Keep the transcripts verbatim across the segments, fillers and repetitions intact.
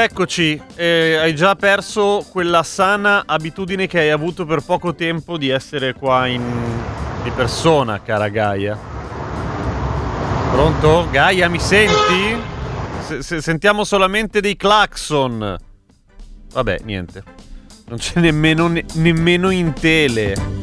Eccoci, eh, hai già perso quella sana abitudine che hai avuto per poco tempo di essere qua in di persona, cara Gaia. Pronto? Gaia, mi senti? Se, se, sentiamo solamente dei clacson. Vabbè, niente. Non c'è nemmeno, ne, nemmeno in tele.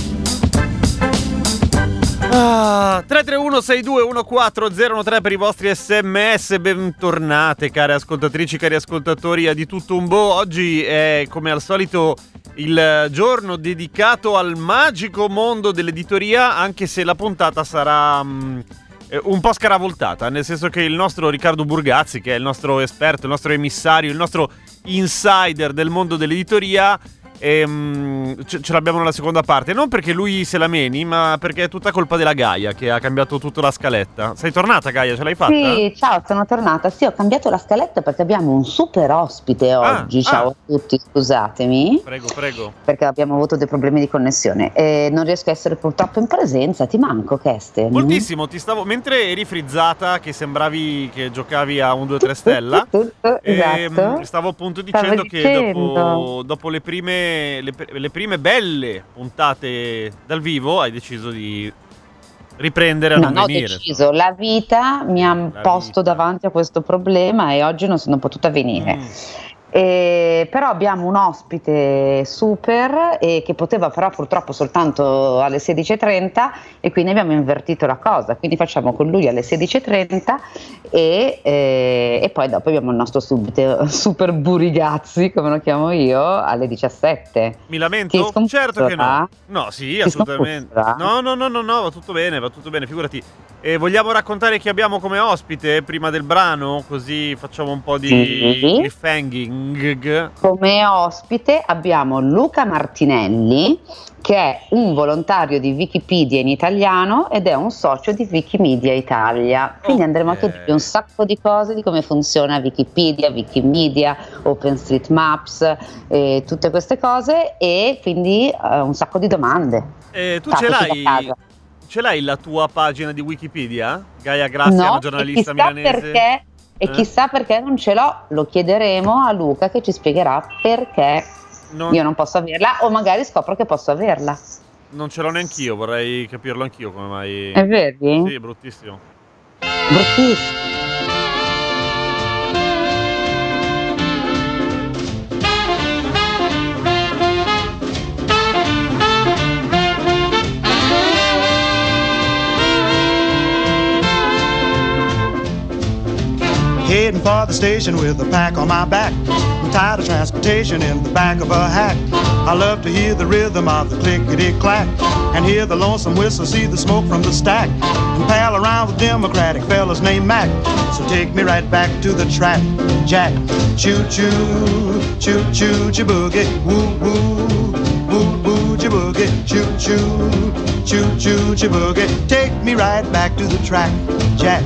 Ah, tre tre uno sei due uno quattro zero uno tre per i vostri sms. Bentornate care ascoltatrici, cari ascoltatori a Di Tutto Un Bo'. Oggi è come al solito il giorno dedicato al magico mondo dell'editoria, anche se la puntata sarà mh, un po' scaravoltata, nel senso che il nostro Riccardo Burgazzi, che è il nostro esperto, il nostro emissario, il nostro insider del mondo dell'editoria, E, ce, ce l'abbiamo nella seconda parte, non perché lui se la meni, ma perché è tutta colpa della Gaia che ha cambiato tutta la scaletta. Sei tornata, Gaia? Ce l'hai fatta? Sì, ciao, sono tornata. Sì, ho cambiato la scaletta perché abbiamo un super ospite oggi. Ah, ciao ah. a tutti, scusatemi. Prego, prego. Perché abbiamo avuto dei problemi di connessione e non riesco a essere purtroppo in presenza. Ti manco, Kesten. Moltissimo, ti stavo mentre eri frizzata, che sembravi che giocavi a un due tre stella. Tutto, esatto. Stavo appunto dicendo stavo che dicendo. dopo, dopo le prime Le, le prime belle puntate dal vivo hai deciso di riprendere a no, non no, venire. ho deciso, la vita mi ha la posto vita. davanti a questo problema e oggi non sono potuta venire. Mm. E, però abbiamo un ospite super e che poteva però purtroppo soltanto alle sedici e trenta e quindi abbiamo invertito la cosa, quindi facciamo con lui alle sedici e trenta e, e, e poi dopo abbiamo il nostro subito, super Burigazzi, come lo chiamo io, alle diciassette. Mi lamento? Certo che no. No, sì, Ti assolutamente. sconfusserà? No, no, no, no, no, va tutto bene, va tutto bene, figurati. E vogliamo raccontare chi abbiamo come ospite prima del brano? Così facciamo un po' di Sì. cliffhanging. Come ospite abbiamo Luca Martinelli, che è un volontario di Wikipedia in italiano ed è un socio di Wikimedia Italia. Quindi Okay. andremo a chiedergli un sacco di cose di come funziona Wikipedia, Wikimedia, OpenStreetMaps, eh, tutte queste cose e quindi eh, un sacco di domande. E tu Fateci ce da l'hai? casa. Ce l'hai la tua pagina di Wikipedia? Gaia Grazia, No, una giornalista e chissà milanese. perché, e Eh? chissà perché non ce l'ho, lo chiederemo a Luca che ci spiegherà perché Non, io non posso averla o magari scopro che posso averla. non ce l'ho neanch'io, vorrei capirlo anch'io come mai. È vedi? Sì, è bruttissimo. Bruttissimo. Heading for the station with a pack on my back. I'm tired of transportation in the back of a hack. I love to hear the rhythm of the clickety-clack and hear the lonesome whistle, see the smoke from the stack and pal around with Democratic fellas named Mac. So take me right back to the track, Jack. Choo-choo, choo-choo, choo-boogie, woo-woo, woo-woo, choo-boogie, choo-choo, choo-choo, choo-boogie. Take me right back to the track, Jack.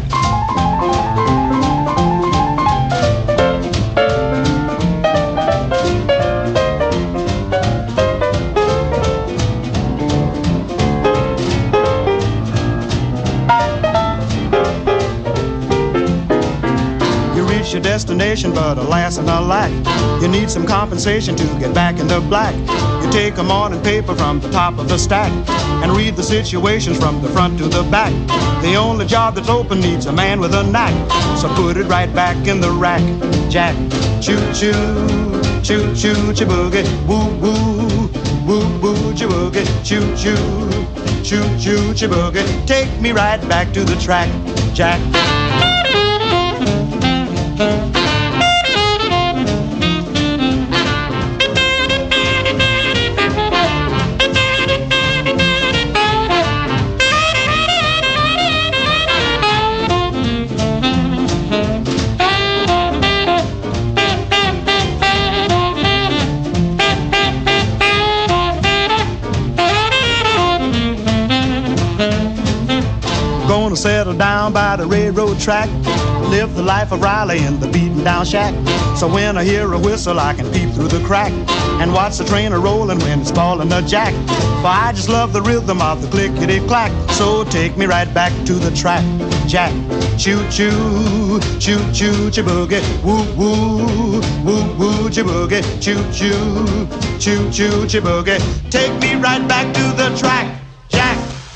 Your destination, but alas and alack, you need some compensation to get back in the black. You take a morning paper from the top of the stack and read the situations from the front to the back. The only job that's open needs a man with a knack, so put it right back in the rack, Jack. Choo-choo, choo-choo, choo-boogie, woo-woo, woo-woo, choo-boogie, choo-choo, choo-choo, choo-boogie. Take me right back to the track, Jack. Gonna settle down by the railroad track, live the life of Riley in the beaten down shack. So when I hear a whistle I can peep through the crack and watch the train a rolling when it's falling a jack. For I just love the rhythm of the clickety-clack. So take me right back to the track, Jack. Choo-choo, choo-choo, chiboogie, woo-woo, woo-woo, chiboogie, choo-choo, choo-choo, chiboogie. Take me right back to the track, Jack.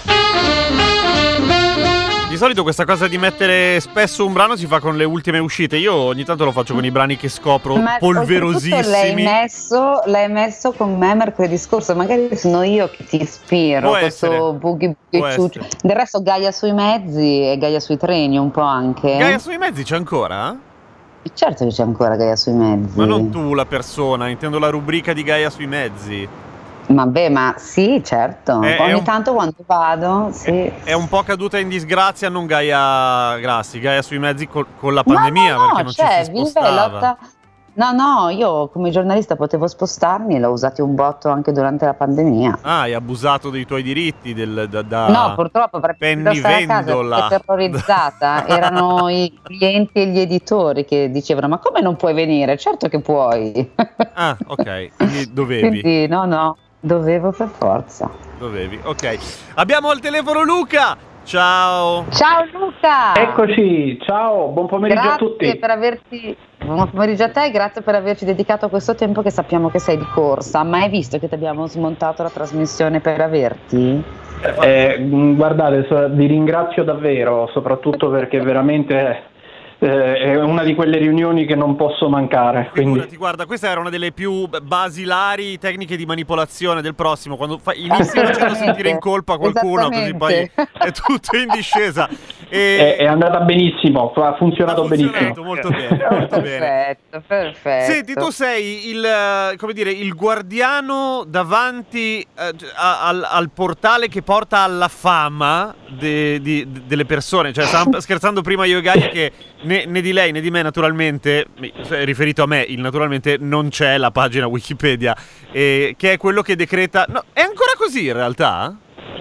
Di solito questa cosa di mettere spesso un brano si fa con le ultime uscite. Io ogni tanto lo faccio con i brani che scopro Ma polverosissimi. L'hai messo, l'hai messo con me mercoledì scorso. Magari sono io che ti ispiro. Può questo essere. boogie Può boogie ciuccio. essere. Del resto Gaia sui mezzi e Gaia sui treni un po' anche. Gaia sui mezzi c'è ancora? Certo che c'è ancora Gaia sui mezzi. Ma non tu la persona, intendo la rubrica di Gaia sui mezzi. Vabbè, ma sì, certo. È- è Ogni un- tanto quando vado, sì. È un po' caduta in disgrazia, non Gaia Grassi, Gaia sui mezzi col- con la Ma pandemia, no, no, perché non cioè, ci si vive spostava. lotta. No, no, io come giornalista potevo spostarmi e l'ho usati un botto anche durante la pandemia. Ah, hai abusato dei tuoi diritti del, da, da... No, purtroppo avrei Penny preferito stare a casa Vendola. perché terrorizzata. Erano i clienti e gli editori che dicevano: ma come non puoi venire? Certo che puoi. Ah, ok, quindi dovevi, Quindi no, no, dovevo per forza. dovevi, ok. Abbiamo al telefono Luca, ciao. Ciao Luca! Eccoci, ciao, buon pomeriggio Grazie a tutti. per averti. Buon pomeriggio a te e grazie per averci dedicato questo tempo che sappiamo che sei di corsa. Ma hai visto che ti abbiamo smontato la trasmissione per averti? Eh, guardate, so- vi ringrazio davvero, soprattutto perché veramente eh, è una di quelle riunioni che non posso mancare. Quindi Figurati, guarda, questa era una delle più basilari tecniche di manipolazione del prossimo, quando fa, inizi facendo sentire in colpa qualcuno, così poi Esattamente. è tutto in discesa. E è, è andata benissimo, ha funzionato ha funzionato benissimo. molto bene, molto bene. Perfetto, perfetto. Senti, tu sei il, eh, come dire, il guardiano davanti eh, a- al, al portale che porta alla fama de- di- de- delle persone. Cioè, stavamo scherzando prima io e Gaia che né, né di lei né di me, naturalmente, mi- riferito a me, il naturalmente non c'è la pagina Wikipedia, eh, che è quello che decreta. No, è ancora così in realtà?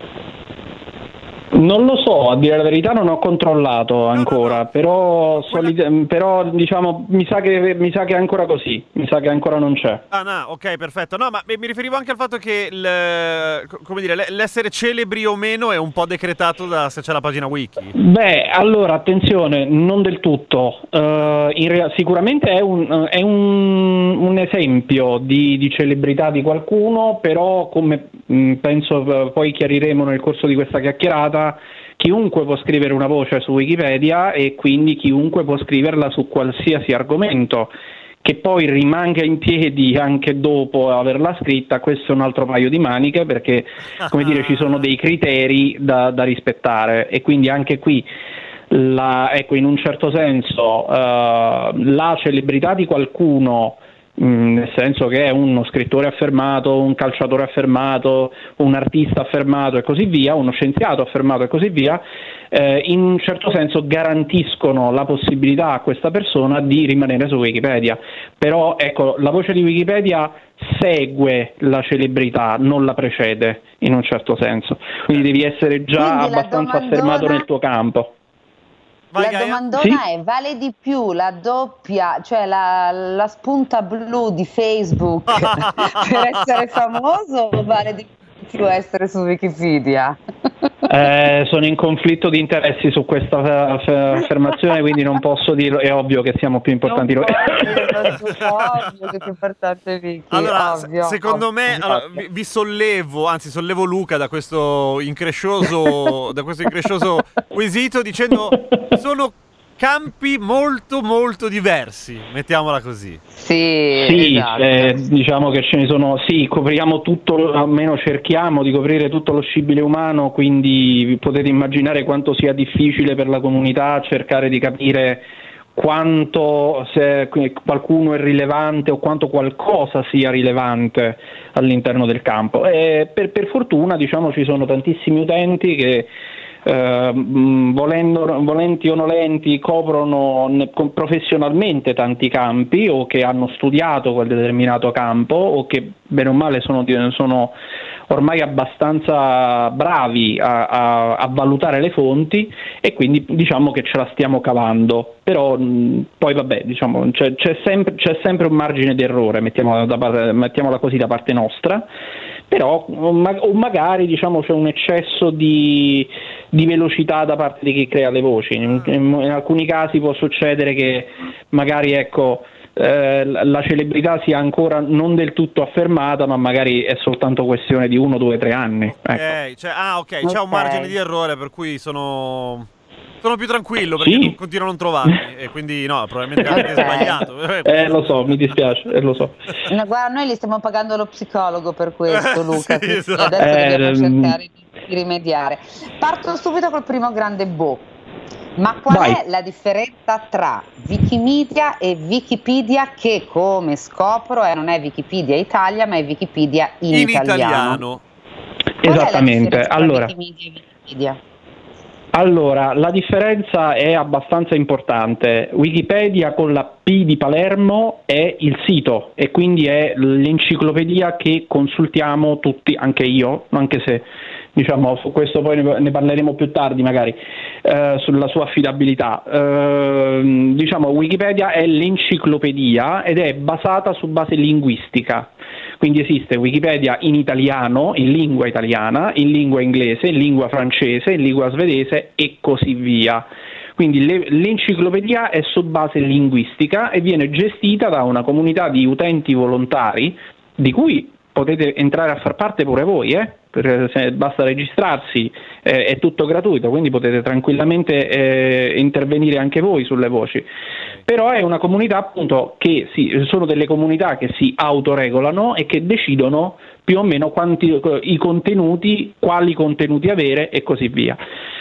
Non lo so, a dire la verità non ho controllato ancora, no, no. però, Quella- solid- però diciamo mi sa, che, mi sa che è ancora così, mi sa che ancora non c'è. Ah, no, ok, perfetto. No, ma mi riferivo anche al fatto che il, co- come dire, l- l'essere celebri o meno è un po' decretato da se c'è la pagina wiki. Beh, allora attenzione, non del tutto. Eh, in rea- sicuramente è un, è un, un esempio di, di celebrità di qualcuno, però come mh, penso eh, poi chiariremo nel corso di questa chiacchierata, chiunque può scrivere una voce su Wikipedia e quindi chiunque può scriverla su qualsiasi argomento. Che poi rimanga in piedi anche dopo averla scritta, questo è un altro paio di maniche, perché come dire ci sono dei criteri da, da rispettare e quindi anche qui la, ecco, in un certo senso eh, la celebrità di qualcuno, mh, nel senso che è uno scrittore affermato, un calciatore affermato, un artista affermato e così via, uno scienziato affermato e così via, eh, in un certo senso garantiscono la possibilità a questa persona di rimanere su Wikipedia. Però ecco, la voce di Wikipedia segue la celebrità, non la precede in un certo senso, quindi devi essere già Quindi la abbastanza domandona- affermato nel tuo campo. Vai, la Gaia? domandona Sì? è: vale di più la doppia, cioè la, la spunta blu di Facebook per essere famoso o vale di più essere su Wikipedia? Eh, sono in conflitto di interessi su questa eh, affermazione, quindi non posso dirlo. È ovvio che siamo più importanti Non noi. puoi dirlo, ovvio che è più importante Vicky, Allora, se- ovvio, secondo ovvio. me allora, vi, vi sollevo, anzi sollevo Luca da questo increscioso da questo increscioso quesito dicendo sono campi molto molto diversi, mettiamola così. Sì, Sì, esatto. eh, diciamo che ce ne sono, sì, copriamo tutto, almeno cerchiamo di coprire tutto lo scibile umano, quindi potete immaginare quanto sia difficile per la comunità cercare di capire quanto se qualcuno è rilevante o quanto qualcosa sia rilevante all'interno del campo. E per, per fortuna, diciamo, ci sono tantissimi utenti che eh, volendo, volenti o nolenti coprono ne, professionalmente tanti campi, o che hanno studiato quel determinato campo, o che bene o male sono, sono ormai abbastanza bravi a, a, a valutare le fonti, e quindi diciamo che ce la stiamo cavando. Però mh, poi vabbè, diciamo, c'è, c'è, sempre, c'è sempre un margine di errore, mettiamola, da, mettiamola così, da parte nostra. Però o magari diciamo c'è un eccesso di, di velocità da parte di chi crea le voci. In, in, in alcuni casi può succedere che magari ecco eh, la celebrità sia ancora non del tutto affermata, ma magari è soltanto questione di uno, due, tre anni. Okay, ecco. cioè, ah ok, c'è okay. un margine di errore per cui sono... Sono più tranquillo perché sì. continuo a non trovarmi e quindi no, probabilmente avete Okay. sbagliato. Eh, lo so, mi dispiace, eh, lo so. No, guarda, noi gli stiamo pagando lo psicologo per questo, Luca, Sì, quindi esatto. adesso Eh, dobbiamo ehm, cercare di, di rimediare. Parto subito col primo grande boh. Ma qual Vai. è la differenza tra Wikimedia e Wikipedia, che come scopro eh, non è Wikipedia Italia ma è Wikipedia in, In italiano? italiano. Qual è la Esattamente. differenza tra Allora, Wikimedia e Wikipedia? Allora, la differenza è abbastanza importante. Wikipedia con la P di Palermo è il sito, e quindi è l'enciclopedia che consultiamo tutti, anche io, anche se diciamo su questo poi ne parleremo più tardi magari, eh, sulla sua affidabilità. Eh, diciamo Wikipedia è l'enciclopedia ed è basata su base linguistica. Quindi esiste Wikipedia in italiano, in lingua italiana, in lingua inglese, in lingua francese, in lingua svedese e così via. Quindi le, l'enciclopedia è su base linguistica e viene gestita da una comunità di utenti volontari, di cui potete entrare a far parte pure voi, eh? Per, se, basta registrarsi, eh, è tutto gratuito, quindi potete tranquillamente eh, intervenire anche voi sulle voci. Però è una comunità appunto che si, sono delle comunità che si autoregolano e che decidono più o meno quanti, i contenuti, quali contenuti avere e così via.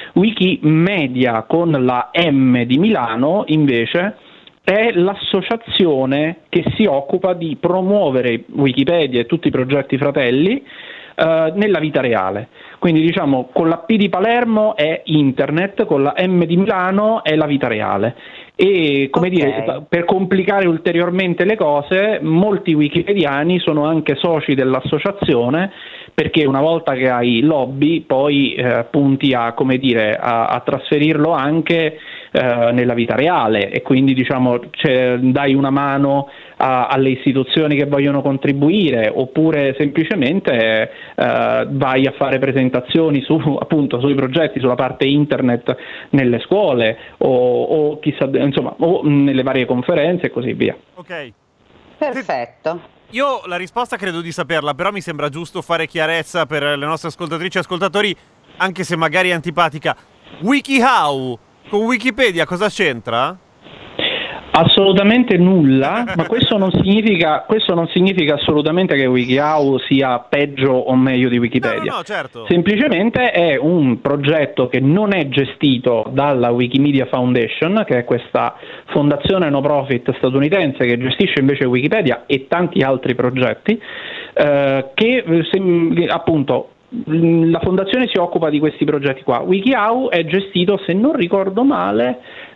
Wikimedia con la M di Milano invece è l'associazione che si occupa di promuovere Wikipedia e tutti i progetti fratelli eh, nella vita reale. Quindi diciamo con la P di Palermo è internet, con la M di Milano è la vita reale. E come Okay. dire, per complicare ulteriormente le cose, molti wikipediani sono anche soci dell'associazione, perché una volta che hai lobby poi eh, punti a, come dire, a, a trasferirlo anche eh, nella vita reale, e quindi diciamo cioè, dai una mano a, alle istituzioni che vogliono contribuire, oppure semplicemente eh, vai a fare presentazioni su, appunto, sui progetti, sulla parte internet nelle scuole o, o chissà, insomma, o nelle varie conferenze e così via. Ok. Perfetto. Io la risposta credo di saperla, però mi sembra giusto fare chiarezza per le nostre ascoltatrici e ascoltatori, anche se magari è antipatica. WikiHow con Wikipedia cosa c'entra? Assolutamente nulla, ma questo non significa, questo non significa assolutamente che WikiHow sia peggio o meglio di Wikipedia. No, no, no, certo. Semplicemente è un progetto che non è gestito dalla Wikimedia Foundation, che è questa fondazione no profit statunitense che gestisce invece Wikipedia e tanti altri progetti, eh, che se, appunto la fondazione si occupa di questi progetti qua. WikiHow è gestito, se non ricordo male,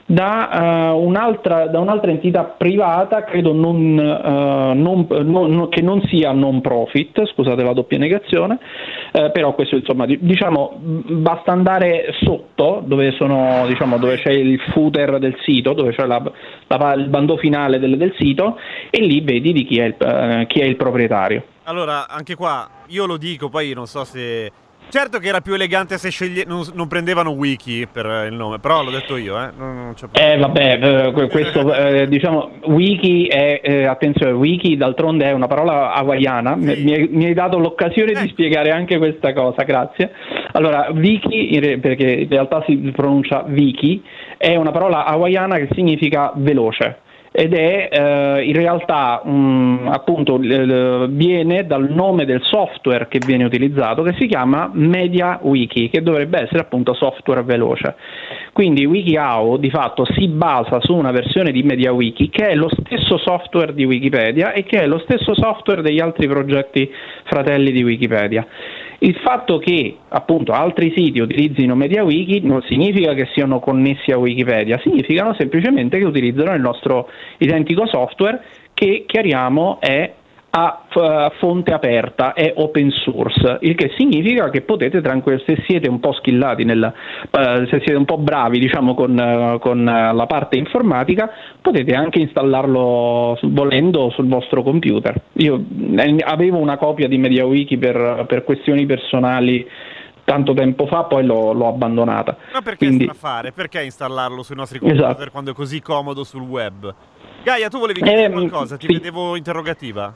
da, uh, un'altra, da un'altra entità privata, credo non, uh, non, non, che non sia non profit, scusate la doppia negazione, uh, però questo insomma diciamo basta andare sotto dove sono, diciamo, dove c'è il footer del sito, dove c'è la, la, il bando finale del, del sito, e lì vedi di chi è il, uh, chi è il proprietario. Allora, anche qua, io lo dico, poi non so se... Certo che era più elegante se sceglie... non, non prendevano Wiki per il nome, però l'ho detto io, eh. Non, non c'è Eh vabbè, eh, questo, eh, diciamo, Wiki è, eh, attenzione, Wiki d'altronde è una parola hawaiana, Sì. mi, hai, mi hai dato l'occasione Eh. di spiegare anche questa cosa, grazie. Allora, Wiki, in re- perché in realtà si pronuncia Wiki, è una parola hawaiana che significa veloce. Ed è eh, in realtà mh, appunto eh, viene dal nome del software che viene utilizzato, che si chiama MediaWiki, che dovrebbe essere appunto software veloce. Quindi WikiHow di fatto si basa su una versione di MediaWiki che è lo stesso software di Wikipedia e che è lo stesso software degli altri progetti fratelli di Wikipedia. Il fatto che appunto altri siti utilizzino MediaWiki non significa che siano connessi a Wikipedia, significano semplicemente che utilizzano il nostro identico software, che chiariamo è a uh, fonte aperta, è open source, il che significa che potete tranquillamente, se siete un po' skillati, nel, uh, se siete un po' bravi diciamo con, uh, con uh, la parte informatica, potete anche installarlo volendo sul vostro computer. Io eh, avevo una copia di MediaWiki per, per questioni personali tanto tempo fa, poi l'ho, l'ho abbandonata. Ma perché Quindi... fare? Perché installarlo sui nostri computer Esatto. quando è così comodo sul web? Gaia, tu volevi chiedere Eh, qualcosa? Ti sì. vedevo interrogativa.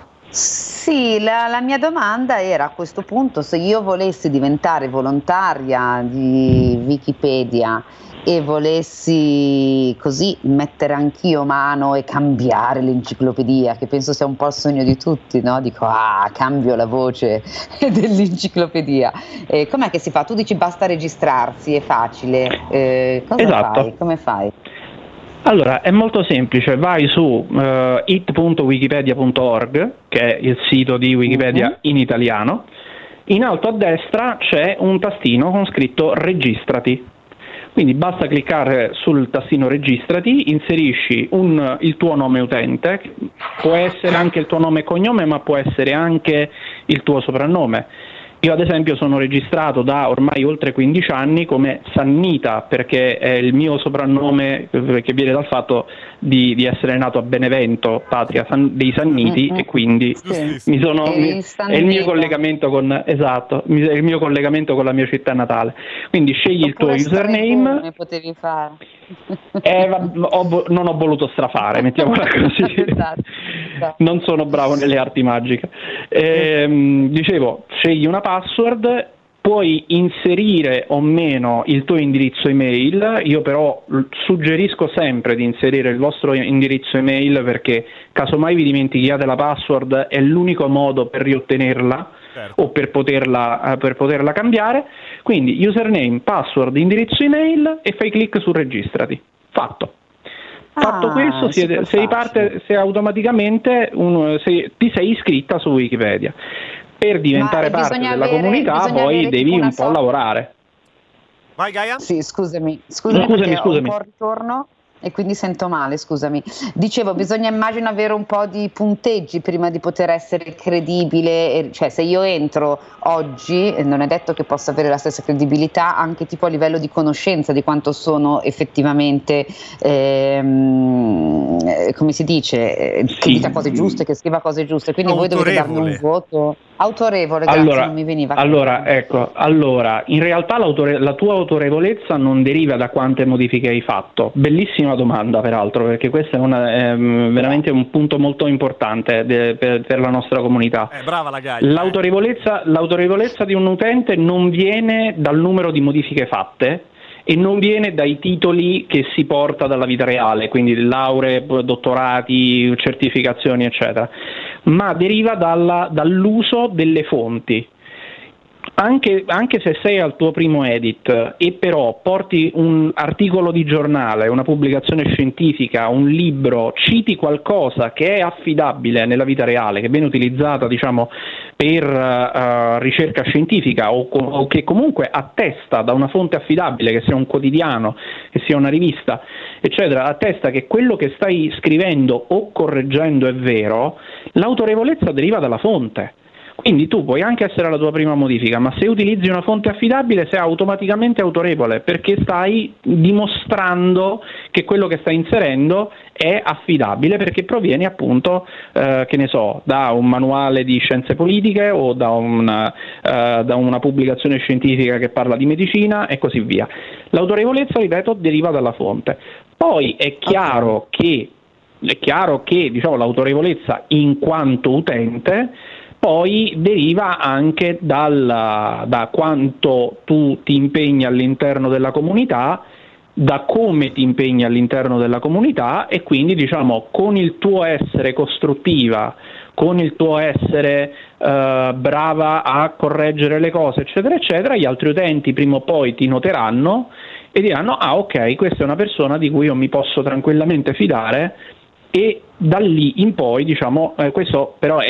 Sì, la, la mia domanda era a questo punto, se io volessi diventare volontaria di Wikipedia e volessi così mettere anch'io mano e cambiare l'enciclopedia, che penso sia un po' il sogno di tutti, no? Dico, ah, cambio la voce dell'enciclopedia. Eh, com'è che si fa? Tu dici basta registrarsi, è facile. Eh, cosa Esatto. fai? Come fai? Allora, è molto semplice, vai su uh, it punto wikipedia punto org, che è il sito di Wikipedia uh-huh. in italiano. In alto a destra c'è un tastino con scritto registrati. Quindi basta cliccare sul tastino registrati, inserisci un, il tuo nome utente, può essere anche il tuo nome e cognome, ma può essere anche il tuo soprannome. Io ad esempio sono registrato da ormai oltre quindici anni come Sannita, perché è il mio soprannome che viene dal fatto di, di essere nato a Benevento, patria san, dei Sanniti, mm-hmm. e quindi sì. mi sono, mi, è il mio collegamento con esatto, è il mio collegamento con la mia città natale. Quindi scegli Oppure il tuo username. Come potevi fare? Eh, ho, non ho voluto strafare, mettiamola così. Esatto, esatto. Non sono bravo nelle arti magiche. Eh, dicevo, scegli una password, puoi inserire o meno il tuo indirizzo email. Io però suggerisco sempre di inserire il vostro indirizzo email, perché casomai vi dimentichiate la password è l'unico modo per riottenerla. Certo. O per poterla, per poterla cambiare. Quindi username, password, indirizzo email e fai clic su registrati. Fatto. Fatto ah, questo, siete, sei parte, sei automaticamente un, sei, ti sei iscritta su Wikipedia. Per diventare Ma parte della avere, comunità poi devi un po' sorta... lavorare. Vai Gaia? Sì, scusami, scusami, scusami, scusami. Ho un po' ritorno e quindi sento male, scusami. Dicevo, bisogna immagino avere un po' di punteggi prima di poter essere credibile, cioè se io entro oggi non è detto che possa avere la stessa credibilità anche tipo a livello di conoscenza di quanto sono effettivamente, ehm, come si dice, sì. che dica cose giuste, che scriva cose giuste, quindi autorevole. Voi dovete darmi un voto autorevole, grazie, allora, non mi veniva. Allora, ecco, allora, in realtà la tua autorevolezza non deriva da quante modifiche hai fatto. Bellissima domanda, peraltro, perché questo è, una, è veramente un punto molto importante de, per, per la nostra comunità. Eh, brava la Gaia. L'autorevolezza, l'autorevolezza di un utente non viene dal numero di modifiche fatte e non viene dai titoli che si porta dalla vita reale, quindi lauree, dottorati, certificazioni, eccetera, ma deriva dalla, dall'uso delle fonti. Anche, anche se sei al tuo primo edit e però porti un articolo di giornale, una pubblicazione scientifica, un libro, citi qualcosa che è affidabile nella vita reale, che viene utilizzata diciamo per uh, ricerca scientifica o, o che comunque attesta da una fonte affidabile, che sia un quotidiano, che sia una rivista, eccetera, attesta che quello che stai scrivendo o correggendo è vero, l'autorevolezza deriva dalla fonte. Quindi tu puoi anche essere la tua prima modifica, ma se utilizzi una fonte affidabile sei automaticamente autorevole, perché stai dimostrando che quello che stai inserendo è affidabile, perché proviene appunto, eh, che ne so, da un manuale di scienze politiche o da una, eh, da una pubblicazione scientifica che parla di medicina e così via. L'autorevolezza, ripeto, deriva dalla fonte. Poi è chiaro che, è chiaro che diciamo, l'autorevolezza in quanto utente poi deriva anche dal, da quanto tu ti impegni all'interno della comunità, da come ti impegni all'interno della comunità e quindi diciamo con il tuo essere costruttiva, con il tuo essere eh, brava a correggere le cose, eccetera, eccetera, gli altri utenti prima o poi ti noteranno e diranno ah ok, questa è una persona di cui io mi posso tranquillamente fidare, e da lì in poi diciamo, eh, questo però è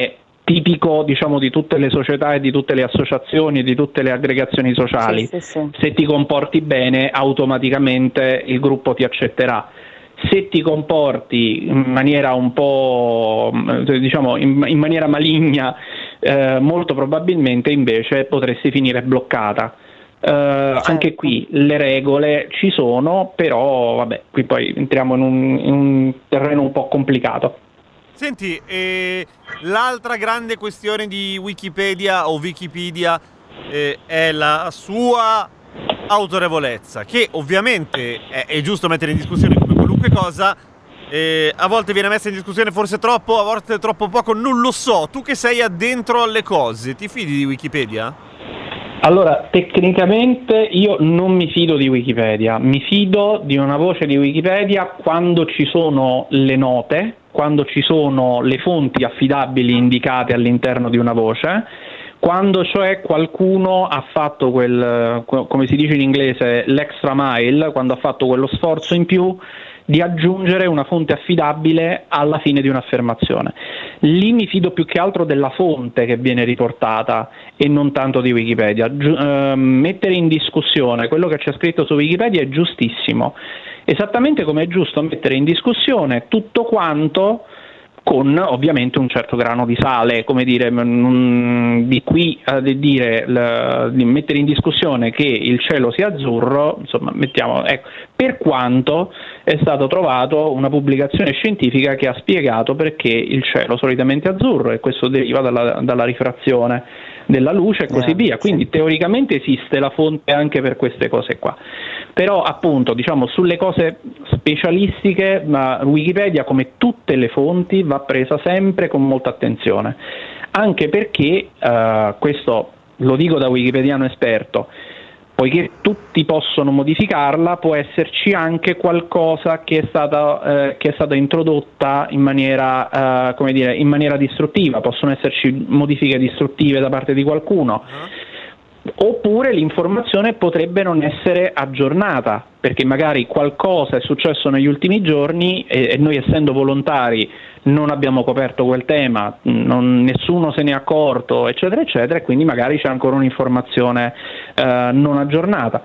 tipico, diciamo, di tutte le società e di tutte le associazioni e di tutte le aggregazioni sociali. Sì, sì, sì. Se ti comporti bene, automaticamente il gruppo ti accetterà. Se ti comporti in maniera un po', diciamo, in, in maniera maligna, eh, molto probabilmente invece potresti finire bloccata. Uh, certo. Anche qui le regole ci sono, però vabbè, qui poi entriamo in un, in un terreno un po' complicato. Senti, eh, l'altra grande questione di Wikipedia o Wikipedia eh, è la sua autorevolezza, che ovviamente è, è giusto mettere in discussione come qualunque cosa, eh, a volte viene messa in discussione forse troppo, a volte troppo poco, non lo so. Tu che sei addentro alle cose, ti fidi di Wikipedia? Allora, tecnicamente io non mi fido di Wikipedia, mi fido di una voce di Wikipedia quando ci sono le note, quando ci sono le fonti affidabili indicate all'interno di una voce, quando cioè qualcuno ha fatto quel, come si dice in inglese, l'extra mile, quando ha fatto quello sforzo in più di aggiungere una fonte affidabile alla fine di un'affermazione. Lì mi fido più che altro della fonte che viene riportata e non tanto di Wikipedia. Gi- eh, mettere in discussione quello che c'è scritto su Wikipedia è giustissimo, esattamente come è giusto mettere in discussione tutto quanto con ovviamente un certo grano di sale, come dire, mh, di qui a dire, l, di mettere in discussione che il cielo sia azzurro, insomma, mettiamo, ecco, per quanto è stato trovato una pubblicazione scientifica che ha spiegato perché il cielo solitamente è azzurro, e questo deriva dalla, dalla rifrazione della luce e così eh, via, quindi sì. Teoricamente esiste la fonte anche per queste cose qua. Però appunto, diciamo, sulle cose specialistiche, ma Wikipedia, come tutte le fonti, va presa sempre con molta attenzione, anche perché, eh, questo lo dico da wikipediano esperto, poiché tutti possono modificarla, può esserci anche qualcosa che è stata, eh, che è stata introdotta in maniera, eh, come dire, in maniera distruttiva, possono esserci modifiche distruttive da parte di qualcuno. Uh-huh. Oppure l'informazione potrebbe non essere aggiornata, perché magari qualcosa è successo negli ultimi giorni e, e noi, essendo volontari, non abbiamo coperto quel tema, non, nessuno se ne è accorto, eccetera eccetera, e quindi magari c'è ancora un'informazione eh, non aggiornata.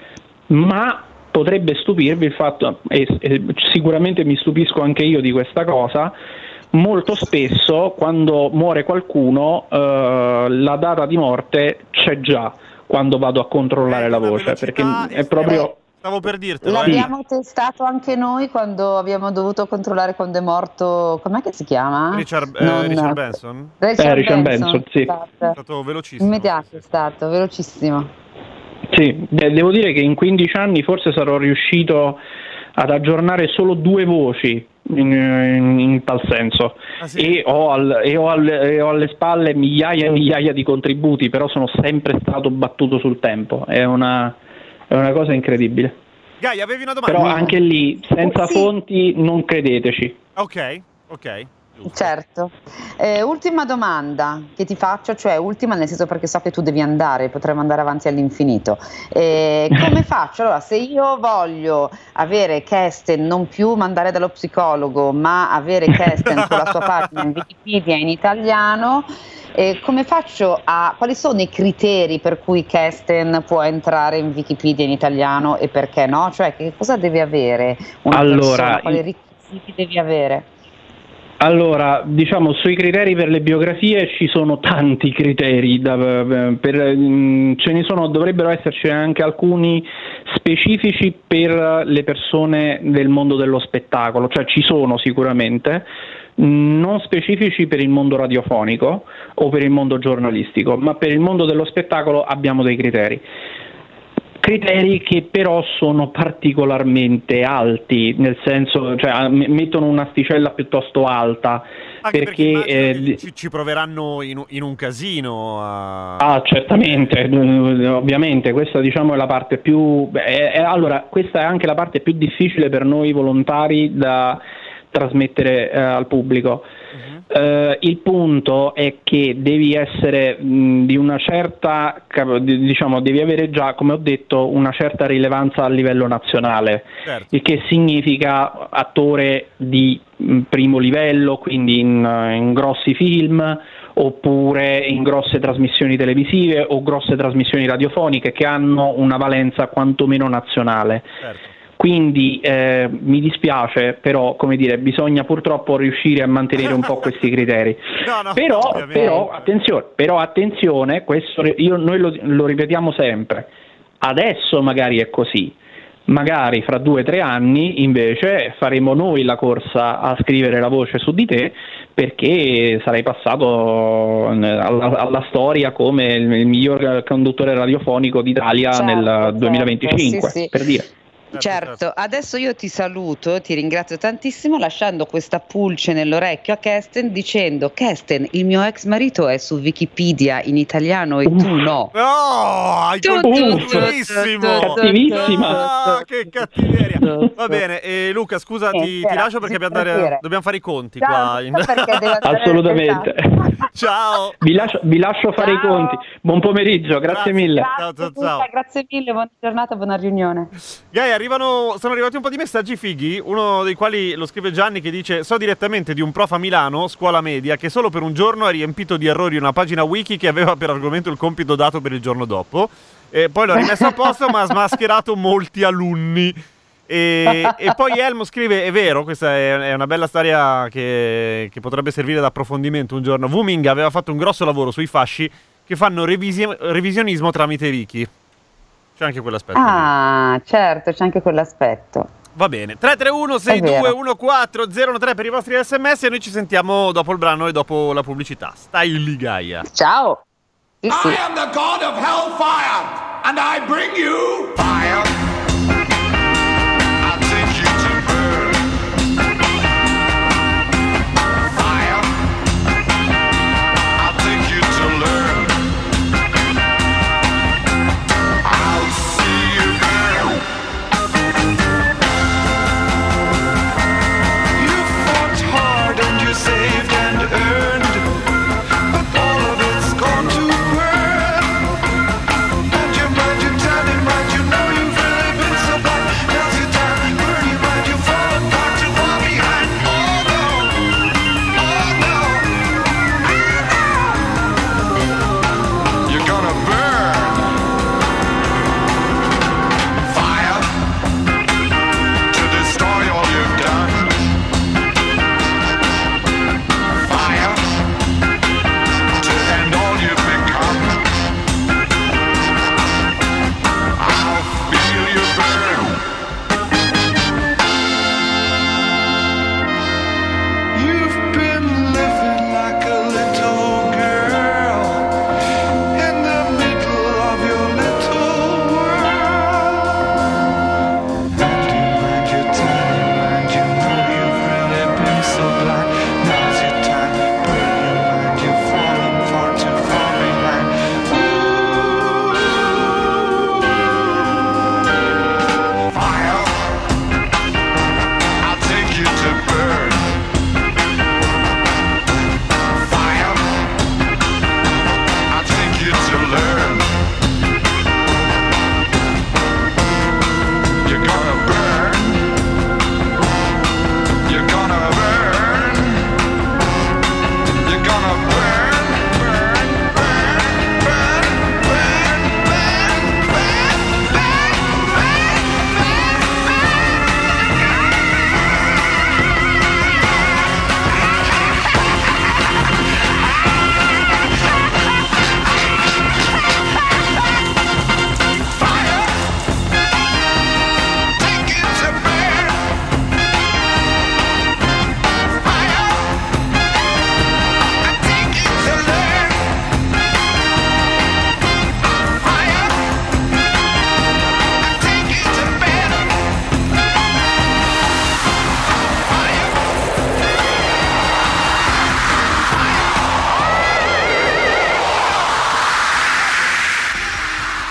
Ma potrebbe stupirvi il fatto, e, e sicuramente mi stupisco anche io di questa cosa, molto spesso quando muore qualcuno eh, la data di morte c'è già quando vado a controllare eh, la voce, perché è proprio... Stavo per dirtelo. L'abbiamo eh. testato anche noi quando abbiamo dovuto controllare quando è morto, com'è che si chiama? Richard, eh, non... Richard Benson? Richard, eh, Richard Benson, Benson, sì. Esatto. È stato velocissimo. Immediato sì, è stato, velocissimo. Sì, beh, devo dire che in quindici anni forse sarò riuscito ad aggiornare solo due voci in, in, in tal senso. Ah, sì? e, ho al, e, ho al, e ho alle spalle migliaia e migliaia di contributi, però sono sempre stato battuto sul tempo, è una, è una cosa incredibile. Gai, avevi una domanda? Però anche lì, senza sì. fonti, non credeteci. Ok, ok. Giusto. Certo. Eh, ultima domanda che ti faccio, cioè ultima nel senso perché so che tu devi andare, potremmo andare avanti all'infinito. Eh, come faccio? Allora, se io voglio avere Kesten, non più mandare dallo psicologo, ma avere Kesten con la sua pagina in Wikipedia in italiano, eh, come faccio a... quali sono i criteri per cui Kesten può entrare in Wikipedia in italiano e perché no? Cioè, che cosa deve avere una allora, persona? Quali requisiti devi avere? Allora, diciamo, sui criteri per le biografie ci sono tanti criteri, da, per, ce ne sono, dovrebbero esserci anche alcuni specifici per le persone del mondo dello spettacolo, cioè ci sono sicuramente, non specifici per il mondo radiofonico o per il mondo giornalistico, ma per il mondo dello spettacolo abbiamo dei criteri. Criteri che però sono particolarmente alti, nel senso, cioè mettono un'asticella piuttosto alta. Anche perché, perché eh, ci, ci proveranno in, in un casino a... Ah, certamente, ovviamente, questa diciamo è la parte più... È, è, allora, questa è anche la parte più difficile per noi volontari da trasmettere eh, al pubblico. Uh-huh. Uh, il punto è che devi essere mh, di una certa, diciamo, devi avere già, come ho detto, una certa rilevanza a livello nazionale, certo. Il che significa attore di mh, primo livello, quindi in, in grossi film, oppure in grosse trasmissioni televisive o grosse trasmissioni radiofoniche che hanno una valenza quantomeno nazionale. Certo. Quindi eh, mi dispiace, però, come dire, bisogna purtroppo riuscire a mantenere un po' questi criteri. No, no, però, però, attenzione, però attenzione, questo io, noi lo, lo ripetiamo sempre, adesso magari è così, magari fra due o tre anni invece faremo noi la corsa a scrivere la voce su di te, perché sarai passato alla, alla storia come il, il miglior conduttore radiofonico d'Italia, certo, nel certo, duemilaventicinque, sì, sì. Per dire. Certo, adesso io ti saluto, ti ringrazio tantissimo, lasciando questa pulce nell'orecchio a Kesten dicendo: Kesten, il mio ex marito è su Wikipedia in italiano e tu no. No, hai colpito durissimo. Cattivissima. Ah, che cattiveria. Va bene, eh, Luca, scusa, ti, ti lascio perché dobbiamo, andare, dobbiamo fare i conti. Ciao, qua. In... Assolutamente. Ciao. Vi lascio, vi lascio fare ciao. I conti. Buon pomeriggio, grazie, grazie mille. Grazie, ciao, ciao, ciao. Grazie mille, buona giornata, buona riunione. Gaia, arrivano, sono arrivati un po' di messaggi fighi, uno dei quali lo scrive Gianni che dice: so direttamente di un prof a Milano, scuola media, che solo per un giorno ha riempito di errori una pagina wiki che aveva per argomento il compito dato per il giorno dopo, e poi l'ho rimesso a posto ma ha smascherato molti alunni. E, e poi Elmo scrive: è vero, questa è, è una bella storia che, che potrebbe servire da approfondimento un giorno. Wuming aveva fatto un grosso lavoro sui fasci che fanno revisi- revisionismo tramite wiki. C'è anche quell'aspetto. Ah, lì. Certo, c'è anche quell'aspetto. Va bene. tre tre uno sei due uno quattro zero uno tre per i vostri sms e noi ci sentiamo dopo il brano e dopo la pubblicità. Stai lì, Gaia. Ciao. Sì, sì. I am the god of hellfire and I bring you fire. I'll take you to burn. Fire. I'll take you to learn. Saved and earned, but all of it's gone to burn. And your mind, you tell it right, you know you've really been so blind. Now's your time, burn your mind, you fall apart, you fall behind. Oh no, oh no, you're gonna burn. Fire to destroy all you've done.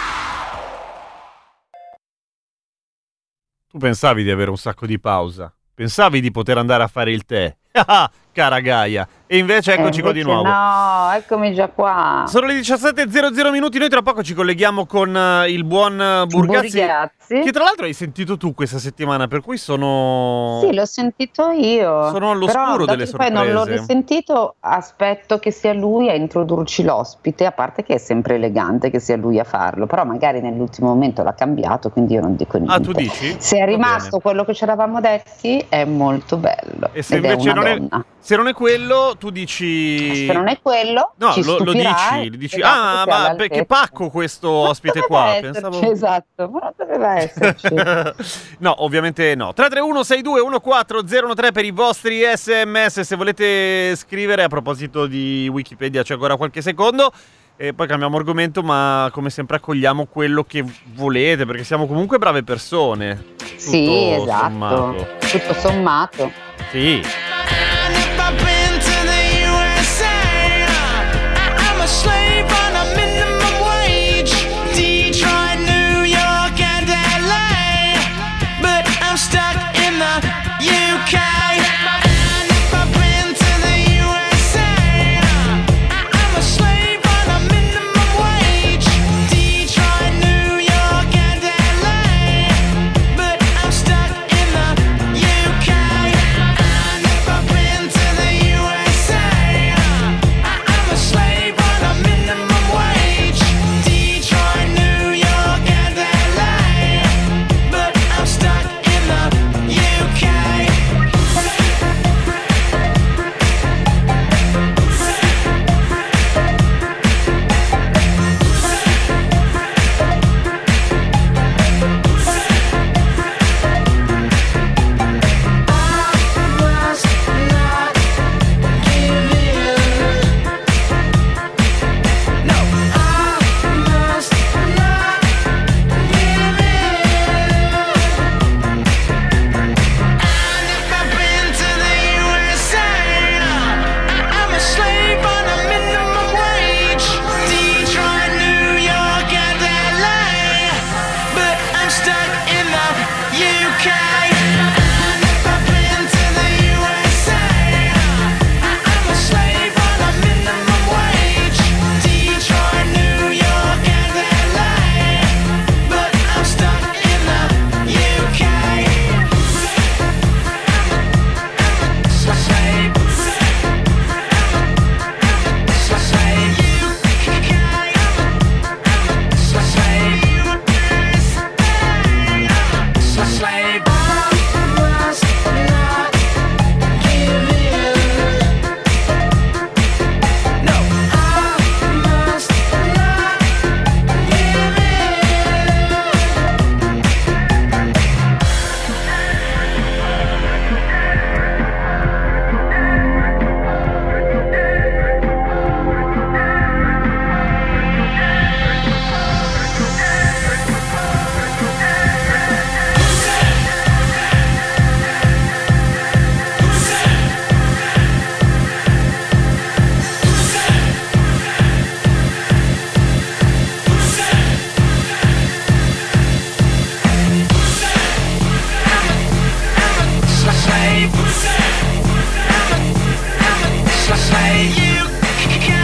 Tu pensavi di avere un sacco di pausa? pensavi di poter andare a fare il tè? Ah, cara Gaia. E invece eccoci Eh, qua di invece nuovo. No, eccomi già qua. Sono le diciassette e zero zero minuti, noi tra poco ci colleghiamo con eh, il buon eh, Burgazzi, Burgazzi. che tra l'altro hai sentito tu questa settimana, per cui sono... Sì, l'ho sentito io. Sono all'oscuro Però, dato delle che poi non l'ho sorprese. risentito, aspetto che sia lui a introdurci l'ospite, a parte che è sempre elegante che sia lui a farlo, però magari nell'ultimo momento l'ha cambiato, quindi io non dico niente. Ah, tu dici? Se è Va rimasto bene. quello che ci eravamo detti, è molto bello. E se ed è invece una non è, donna. se non è quello, tu dici... Se non è quello, No, ci lo, lo stupirà, dici, dici esatto, ah, che sia ma all'altezza. che pacco questo Non ospite doveva qua. esserci, Pensavo... esatto, ma non doveva esserci. No, ovviamente no. tre tre uno sei due uno quattro zero uno tre per i vostri sms se volete scrivere. A proposito di Wikipedia c'è ancora qualche secondo e poi cambiamo argomento, ma come sempre accogliamo quello che volete, perché siamo comunque brave persone. Sì, Tutto esatto, sommato. tutto sommato. Sì. And if I've been to the U S A, I- I'm a slave on a minimum wage. Detroit, New York, and L A, but I'm stuck in the U K. And if I've been to the U S A, I- I'm a slave on a minimum wage. Detroit, New York, and L A, but I'm stuck in the U K. And if I've been to the U S A, I- I'm a slave on a minimum wage. Detroit, New York, and L A, but I'm stuck in the U K. Must not give in. No, I must not give in. And if I've been to the U S A, I'm a slave on a minimum wage. Detroit, New York, and L A, but I'm stuck in the U K. And if I've been to the U S A, I'm a slave on a minimum wage. Detroit, New York, and L A, but I'm stuck in the U K. Slave, slave, U K. Slave, slave. I must not give in. No, I must not give slave, slave, U K.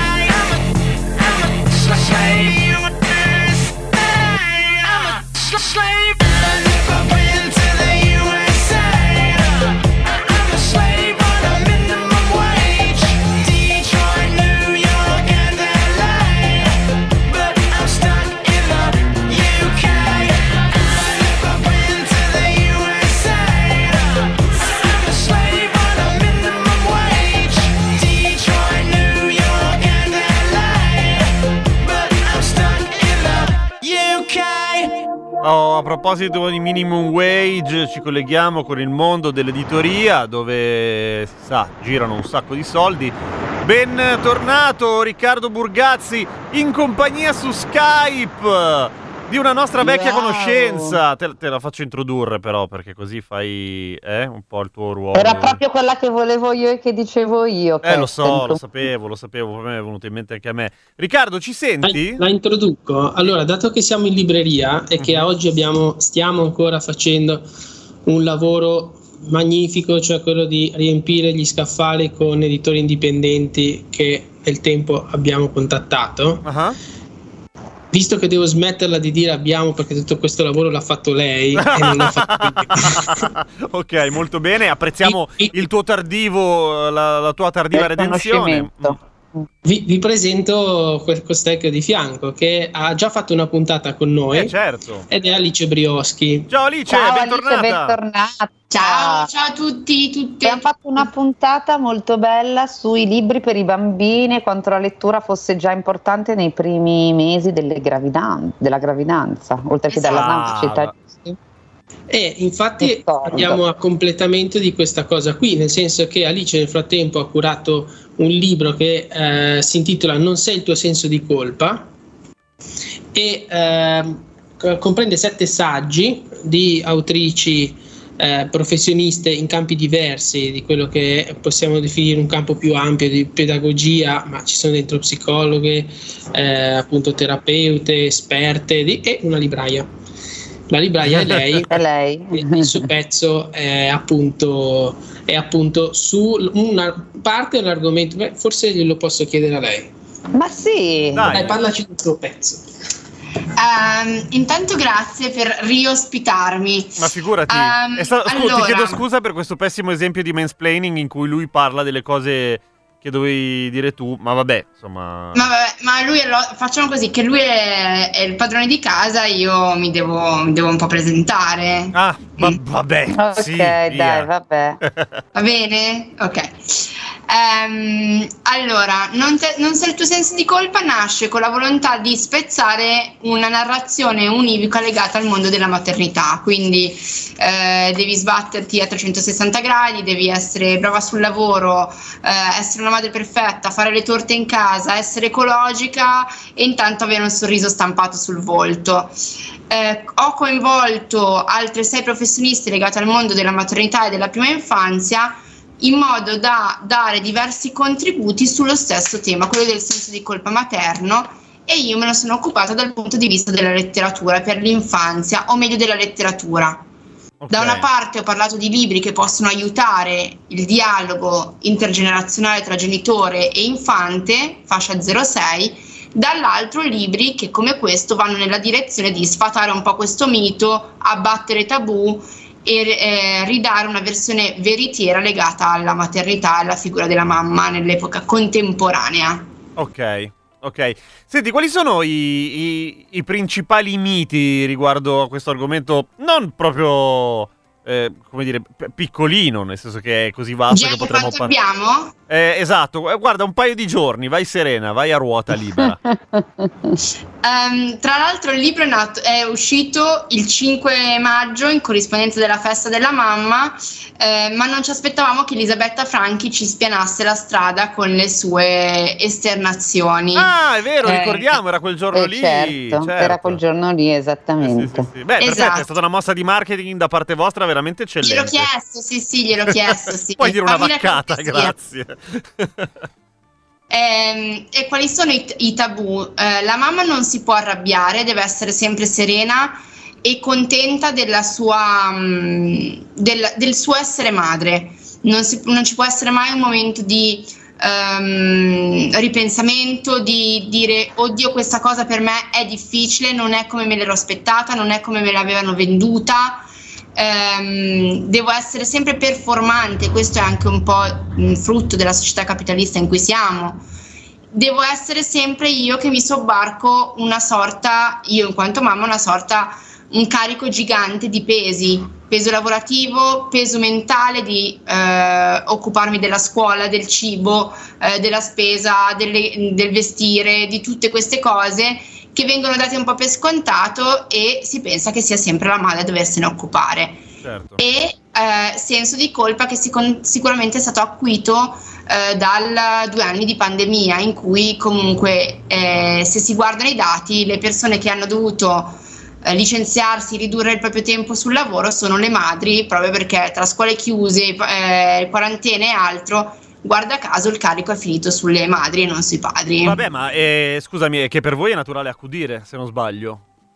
Slave, U S A. I'm a slave. And if I've been to the U S A, I'm a slave on a minimum wage. Detroit, New York, and L A, but I'm stuck in the U K. And if I've been to the U S A, I'm a slave on a minimum wage. Detroit, New York, and L A, but I'm stuck in the U K. Oh, a proposito di minimum wage, ci colleghiamo con il mondo dell'editoria, dove si sa, girano un sacco di soldi. Bentornato Riccardo Burgazzi, in compagnia su Skype di una nostra vecchia Wow. conoscenza. Te, te la faccio introdurre però, perché così fai eh, un po' il tuo ruolo. Era proprio quella che volevo io e che dicevo io. Eh, lo questa, so, in lo sapevo, lo sapevo, poi mi è venuto in mente anche a me. Riccardo, ci senti? La introduco. Allora, dato che siamo in libreria e che Mhm. oggi abbiamo, stiamo ancora facendo un lavoro magnifico, cioè quello di riempire gli scaffali con editori indipendenti che nel tempo abbiamo contattato. Uh-huh. Visto che devo smetterla di dire abbiamo, perché tutto questo lavoro l'ha fatto lei e non l'ha fatto io. Ok, molto bene, apprezziamo I- i- il tuo tardivo, la, la tua tardiva Per redenzione. conoscimento. Vi, vi presento quel costecchio di fianco che ha già fatto una puntata con noi Eh certo. ed è Alice Brioschi. Ciao Alice, Ciao Alice, bentornata. bentornata. Ciao, ciao a tutti, tutte. Abbiamo fatto una puntata molto bella sui libri per i bambini e quanto la lettura fosse già importante nei primi mesi delle gravidan- della gravidanza, oltre che dalla Esatto. nascita. E infatti Ricordo. andiamo a completamento di questa cosa qui, nel senso che Alice nel frattempo ha curato un libro che eh, si intitola Non sei il tuo senso di colpa e eh, comprende sette saggi di autrici eh, professioniste in campi diversi di quello che possiamo definire un campo più ampio di pedagogia, ma ci sono dentro psicologhe, eh, appunto terapeute, esperte di- e una libraia. La libraia è lei. È lei. Il suo pezzo è appunto, è appunto su una parte dell'argomento. Beh, forse glielo posso chiedere a lei. Ma sì, Dai. Dai, parlaci del tuo pezzo. Ehm, intanto grazie per riospitarmi. Ma figurati, Ehm, è sta- scusa, allora- ti chiedo scusa per questo pessimo esempio di mansplaining in cui lui parla delle cose che dovevi dire tu, ma vabbè, insomma. Ma, vabbè, ma lui è lo- facciamo così, che lui è, è il padrone di casa, io mi devo, mi devo un po' presentare. Ah, va- Mm. vabbè, ok, sì, dai, via. vabbè. Va bene? Ok. Ehm, allora, non, te- non sei il tuo senso di colpa nasce con la volontà di spezzare una narrazione univoca legata al mondo della maternità, quindi eh, devi sbatterti a trecentosessanta gradi, devi essere brava sul lavoro, eh, essere una madre perfetta, fare le torte in casa, essere ecologica e intanto avere un sorriso stampato sul volto. Eh, ho coinvolto altre sei professionisti legate al mondo della maternità e della prima infanzia in modo da dare diversi contributi sullo stesso tema, quello del senso di colpa materno, e io me ne sono occupata dal punto di vista della letteratura per l'infanzia, o meglio della letteratura. Ok. Da una parte ho parlato di libri che possono aiutare il dialogo intergenerazionale tra genitore e infante, fascia zero sei, dall'altro libri che come questo vanno nella direzione di sfatare un po' questo mito, abbattere tabù e eh, ridare una versione veritiera legata alla maternità e alla figura della mamma nell'epoca contemporanea. Ok, ok. Senti, quali sono i, i- i principali miti riguardo a questo argomento? Non proprio, eh, come dire, p- piccolino, nel senso che è così vasto Già che potremmo quanto parlare. abbiamo? Eh, esatto, eh, guarda, un paio di giorni, vai serena, vai a ruota libera. Ehm, tra l'altro il libro è, nato, è uscito il cinque maggio in corrispondenza della festa della mamma, eh, ma non ci aspettavamo che Elisabetta Franchi ci spianasse la strada con le sue esternazioni. Ah, è vero, Eh, ricordiamo, era quel giorno Eh, lì. certo, certo. era quel giorno lì Sì, sì, esattamente. sì, sì. Beh, perfetto, Esatto. è stata una mossa di marketing da parte vostra veramente eccellente. Gliel'ho chiesto, sì sì, gliel'ho chiesto. Sì. Puoi dire una Fammi la vaccata, cortesia. grazie. Ehm, e quali sono i, i tabù? Eh, la mamma non si può arrabbiare, deve essere sempre serena e contenta della sua, mm, del, del suo essere madre. Non, si- non ci può essere mai un momento di ehm, ripensamento, di dire oddio, questa cosa per me è difficile, non è come me l'ero aspettata, non è come me l'avevano venduta. Ehm, devo essere sempre performante, questo è anche un po' mh, frutto della società capitalista in cui siamo. Devo essere sempre io che mi sobbarco una sorta, io in quanto mamma, una sorta, un carico gigante di pesi, peso lavorativo, peso mentale di eh, occuparmi della scuola, del cibo, eh, della spesa, delle- del vestire, di tutte queste cose che vengono date un po' per scontato e si pensa che sia sempre la madre a doversene occupare. Certo. E eh, senso di colpa che sicon- sicuramente è stato acuito eh, dal due anni di pandemia, in cui comunque eh, se si guardano i dati, le persone che hanno dovuto eh, licenziarsi, ridurre il proprio tempo sul lavoro sono le madri, proprio perché tra scuole chiuse, eh, quarantene e altro, guarda caso il carico è finito sulle madri e non sui padri. Vabbè, ma eh, scusami, è che per voi è naturale accudire, se non sbaglio.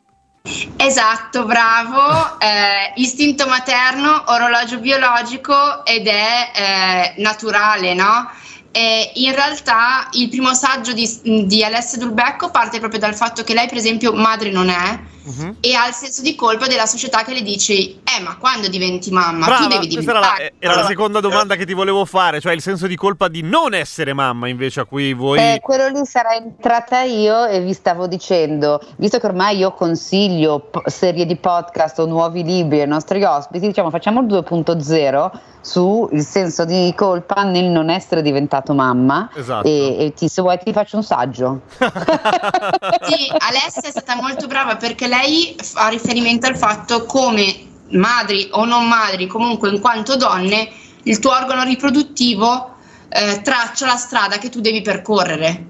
Esatto, bravo. Eh, istinto materno, orologio biologico ed è eh, naturale, no? E in realtà il primo saggio di, di Alessia Dulbecco parte proprio dal fatto che lei, per esempio, madre non è, uh-huh. e ha il senso di colpa della società che le dice: eh, ma quando diventi mamma? Brava, tu devi diventare. Era la, era la seconda domanda che ti volevo fare, cioè il senso di colpa di non essere mamma, invece, a cui voi. Eh, quello lì sarà entrata io e vi stavo dicendo, visto che ormai io consiglio p- serie di podcast o nuovi libri ai nostri ospiti, diciamo facciamo il due punto zero su il senso di colpa nel non essere diventato mamma. Esatto. e, e ti, se vuoi ti faccio un saggio. Sì, Alessia è stata molto brava perché lei fa riferimento al fatto come madri o non madri, comunque in quanto donne, il tuo organo riproduttivo eh, traccia la strada che tu devi percorrere.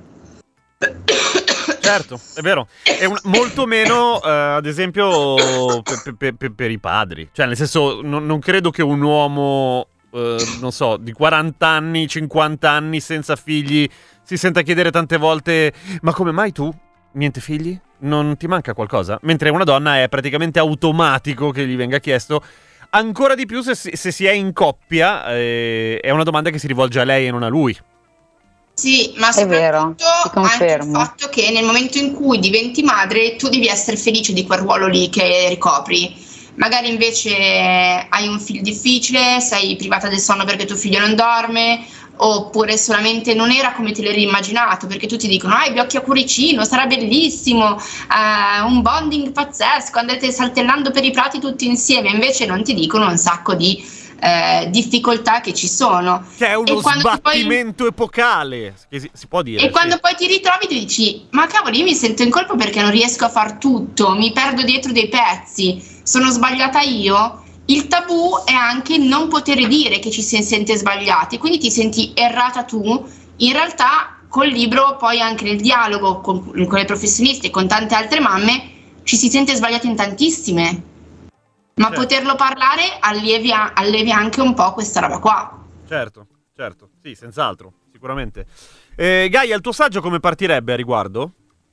Certo, è vero. È un, molto meno, eh, ad esempio, per, per, per, per i padri. Cioè, nel senso, non, non credo che un uomo, eh, non so, di quaranta anni, cinquanta anni, senza figli, si senta chiedere tante volte: ma come mai tu? Niente figli? Non ti manca qualcosa? Mentre una donna è praticamente automatico che gli venga chiesto. Ancora di più se, se si è in coppia, eh, è una domanda che si rivolge a lei e non a lui. Sì, ma È vero, soprattutto ti anche il confermo. fatto che nel momento in cui diventi madre tu devi essere felice di quel ruolo lì che ricopri. Magari invece hai un figlio difficile, sei privata del sonno perché tuo figlio non dorme, oppure solamente non era come te l'eri immaginato, perché tutti dicono: hai gli occhi a cuoricino, sarà bellissimo, eh, un bonding pazzesco, andate saltellando per i prati tutti insieme. Invece non ti dicono un sacco di eh, difficoltà che ci sono. Che è uno E quando ti poi- sbattimento epocale, che si, si può dire. E sì. quando poi ti ritrovi ti dici: ma cavolo, io mi sento in colpa perché non riesco a far tutto, mi perdo dietro dei pezzi, sono sbagliata io. Il tabù è anche non poter dire che ci si sente sbagliati, quindi ti senti errata tu. In realtà col libro, poi anche nel dialogo con, con le professioniste e con tante altre mamme, ci si sente sbagliati in tantissime, ma Certo. poterlo parlare allevia, allevia anche un po' questa roba qua. Certo, certo, sì, senz'altro, sicuramente. Eh, Gaia, il tuo saggio come partirebbe a riguardo?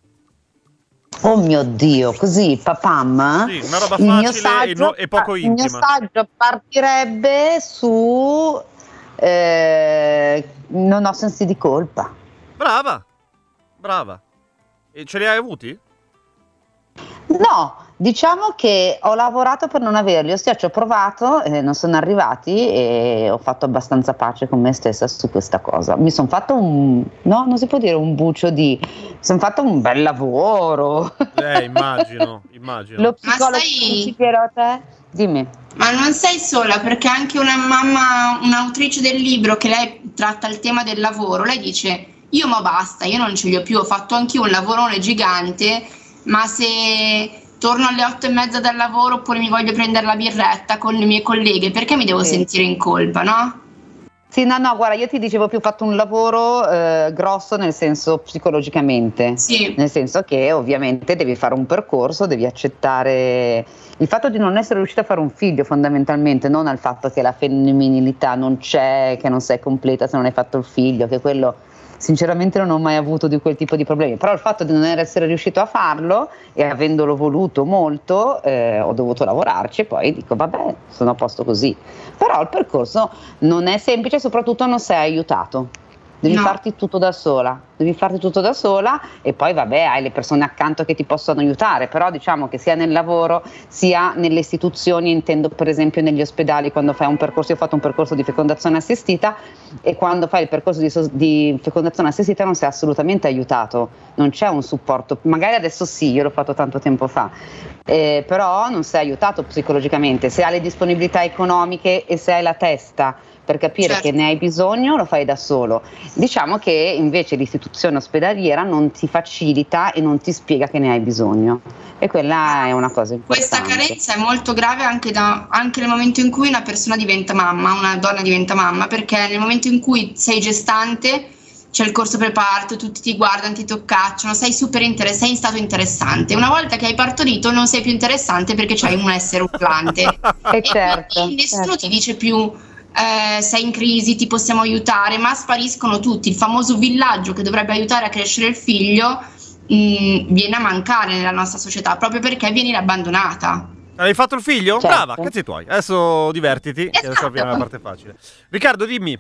Oh mio Dio, così papam. Sì, una roba Il mio facile e, saggio- no- e poco il mio intima. saggio partirebbe su eh, non ho sensi di colpa. Brava, brava. E ce li hai avuti? No, diciamo che ho lavorato per non averli, ossia ci ho provato, eh, non sono arrivati e ho fatto abbastanza pace con me stessa su questa cosa. Mi sono fatto un, no, non si può dire un bucio di, mi sono fatto un bel lavoro. Eh, immagino, immagino. Lo Ma psicologo sai- consiglierò a te? Dimmi. Ma non sei sola, perché anche una mamma, un'autrice del libro che lei tratta il tema del lavoro, lei dice: io ma basta, io non ce li ho più, ho fatto anch'io un lavorone gigante, ma se torno alle otto e mezza dal lavoro oppure mi voglio prendere la birretta con le mie colleghe, perché mi devo Sì. sentire in colpa, no? Sì, no, no, guarda, io ti dicevo più ho fatto un lavoro eh, grosso nel senso psicologicamente. Sì. Nel senso che ovviamente devi fare un percorso, devi accettare il fatto di non essere riuscita a fare un figlio fondamentalmente, non al fatto che la femminilità non c'è, che non sei completa se non hai fatto il figlio, che quello sinceramente non ho mai avuto di quel tipo di problemi, però il fatto di non essere riuscito a farlo e avendolo voluto molto eh, ho dovuto lavorarci e poi dico vabbè, sono a posto così. Però il percorso non è semplice, soprattutto non sei aiutato. Devi No. farti tutto da sola, devi farti tutto da sola e poi vabbè hai le persone accanto che ti possono aiutare, però diciamo che sia nel lavoro sia nelle istituzioni, intendo per esempio negli ospedali quando fai un percorso, io ho fatto un percorso di fecondazione assistita e quando fai il percorso di, sos- di fecondazione assistita non sei assolutamente aiutato, non c'è un supporto, magari adesso sì, io l'ho fatto tanto tempo fa, eh, però non sei aiutato psicologicamente, se hai le disponibilità economiche e se hai la testa per capire Certo. che ne hai bisogno lo fai da solo. Diciamo che invece l'istituzione ospedaliera non ti facilita e non ti spiega che ne hai bisogno e quella è una cosa importante. Questa carenza è molto grave anche, da, anche nel momento in cui una persona diventa mamma, una donna diventa mamma, perché nel momento in cui sei gestante c'è il corso preparto, tutti ti guardano, ti toccacciano, sei super inter- sei in stato interessante. Una volta che hai partorito non sei più interessante perché c'hai un essere urlante. E E certo, quindi nessuno certo. ti dice più eh, sei in crisi, ti possiamo aiutare, ma spariscono tutti. Il famoso villaggio che dovrebbe aiutare a crescere il figlio mh, viene a mancare nella nostra società proprio perché vieni abbandonata. Hai fatto il figlio? Certo. Brava, cazzi tuoi. Adesso divertiti, che adesso Esatto. viene la parte facile. Riccardo, dimmi.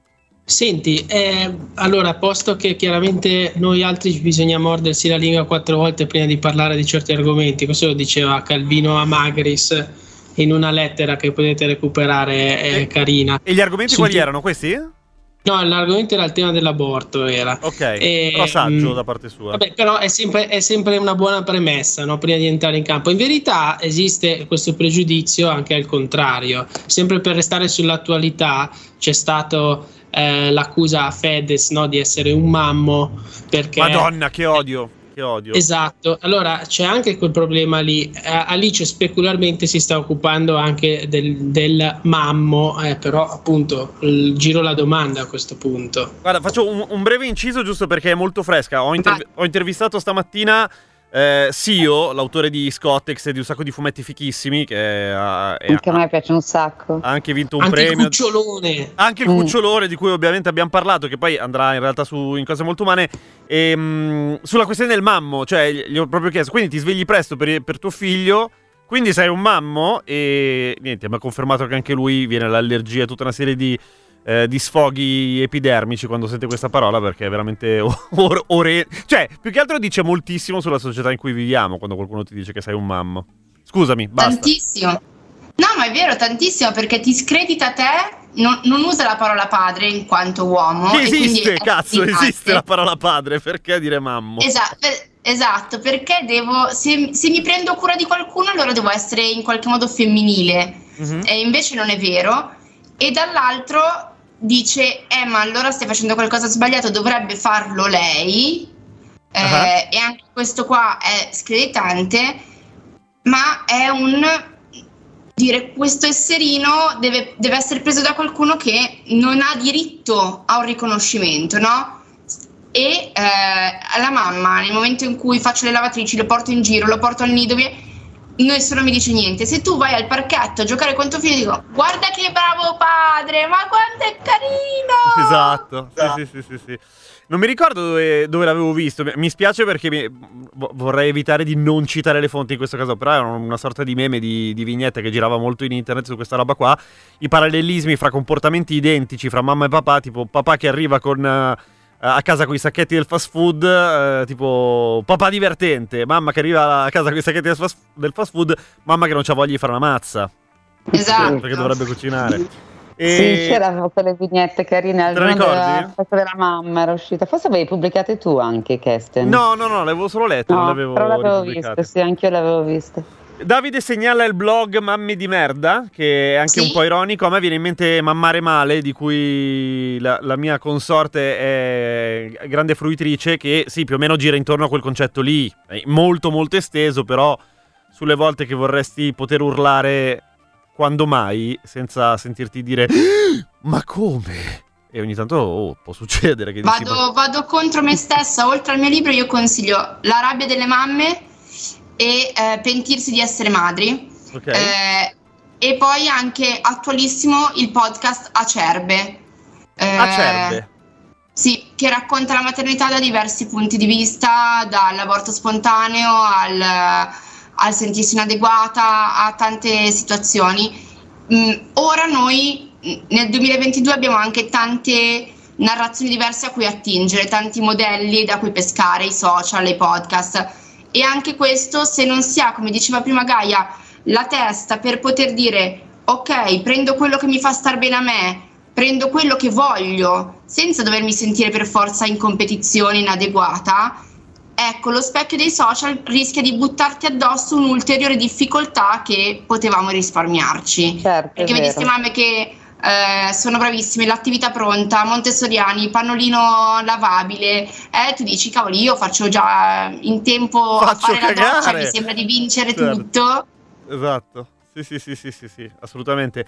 Senti, eh, allora, posto che chiaramente noi altri bisogna mordersi la lingua quattro volte prima di parlare di certi argomenti, questo lo diceva Calvino Amagris in una lettera che potete recuperare, è E- carina. E gli argomenti Sul quali ti- erano? Questi? No, l'argomento era il tema dell'aborto, era. Ok, E, però saggio mh, da parte sua. Vabbè, però è sempre, è sempre una buona premessa, no? Prima di entrare in campo. In verità esiste questo pregiudizio anche al contrario. Sempre per restare sull'attualità, c'è stato eh, l'accusa a Fedez, no? Di essere un mammo perché... Madonna, che odio, che odio. Esatto, allora c'è anche quel problema lì. Eh, Alice specularmente si sta occupando anche del, del mammo, eh, però appunto il- giro la domanda a questo punto. Guarda, faccio un, un breve inciso giusto perché è molto fresca. Ho, interv- ho intervistato stamattina eh, Sio, l'autore di Scottex e di un sacco di fumetti fichissimi, che è- è- Anche a me piace un sacco. ha anche vinto un Anche il premio. cucciolone. Anche il Mm. cucciolone di cui ovviamente abbiamo parlato, che poi andrà in realtà su in cose molto umane, ehm, sulla questione del mammo, cioè gli ho proprio chiesto, quindi ti svegli presto per, per tuo figlio, quindi sei un mammo? E niente, mi ha confermato che anche lui viene l'allergia, tutta una serie di, eh, di sfoghi epidermici quando sente questa parola, perché è veramente or- ore... Cioè, più che altro dice moltissimo sulla società in cui viviamo quando qualcuno ti dice che sei un mammo. Scusami, basta. Tantissimo. No, ma è vero, tantissimo, perché ti scredita te, non, non usa la parola padre in quanto uomo. Che e quindi esiste, è cazzo, screditante. esiste la parola padre, perché dire mammo? Esa- per- esatto, perché devo, se, se mi prendo cura di qualcuno, allora devo essere in qualche modo femminile. Mhm. E invece non è vero. E dall'altro dice, eh, ma allora stai facendo qualcosa di sbagliato, dovrebbe farlo lei. Eh, Ah. E anche questo qua è screditante, ma è un dire questo esserino deve, deve essere preso da qualcuno che non ha diritto a un riconoscimento, no? E eh, alla mamma, nel momento in cui faccio le lavatrici, lo porto in giro, lo porto al nido, via, nessuno mi dice niente. Se tu vai al parchetto a giocare con tuo figlio, dico, guarda che bravo padre, ma quanto è carino! Esatto, sì, sì, sì, sì, sì. Non mi ricordo dove, dove l'avevo visto. Mi spiace perché mi- vo- vorrei evitare di non citare le fonti in questo caso, però era una sorta di meme, di, di vignetta che girava molto in internet su questa roba qua. I parallelismi fra comportamenti identici fra mamma e papà, tipo papà che arriva con eh, a casa con i sacchetti del fast food, eh, tipo papà divertente, mamma che arriva a casa con i sacchetti del fast, del fast food, mamma che non c'ha voglia di fare una mazza Esatto. perché dovrebbe cucinare. E- Sì, c'erano quelle vignette carine. Te lo Una ricordi? della festa della mamma era uscita. Forse avevi pubblicate tu anche, Kesten. No, no, no, l'avevo solo letto, non No, l'avevo però l'avevo ripubblicate. visto, sì, anch'io l'avevo visto. Davide segnala il blog Mammi di merda, che è anche Sì. un po' ironico. A me viene in mente Mammare male, di cui la, la mia consorte è grande fruitrice, che sì, più o meno gira intorno a quel concetto lì. È molto molto esteso, però sulle volte che vorresti poter urlare quando mai, senza sentirti dire ma come? E ogni tanto oh, può succedere che dici, Vado, vado contro me stessa. Oltre al mio libro, io consiglio La rabbia delle mamme e eh, Pentirsi di essere madri. ok. Eh, e poi anche attualissimo il podcast Acerbe. Eh, Acerbe. Sì, che racconta la maternità da diversi punti di vista, dall'aborto spontaneo al, al sentirsi inadeguata, a tante situazioni. Mm, ora noi mm, nel duemilaventidue abbiamo anche tante narrazioni diverse a cui attingere, tanti modelli da cui pescare, i social, i podcast. E anche questo, se non si ha, come diceva prima Gaia, la testa per poter dire ok, prendo quello che mi fa star bene a me, prendo quello che voglio senza dovermi sentire per forza in competizione, inadeguata, ecco, lo specchio dei social rischia di buttarti addosso un'ulteriore difficoltà che potevamo risparmiarci. Certo, è Perché vedi queste vero. mamme che eh, sono bravissime, l'attività pronta, montessoriani, pannolino lavabile, eh, tu dici cavoli, io faccio già in tempo a Faccio fare la doccia, cagare. mi sembra di vincere Certo. tutto. Esatto. Sì, sì, sì, sì, sì, sì, assolutamente.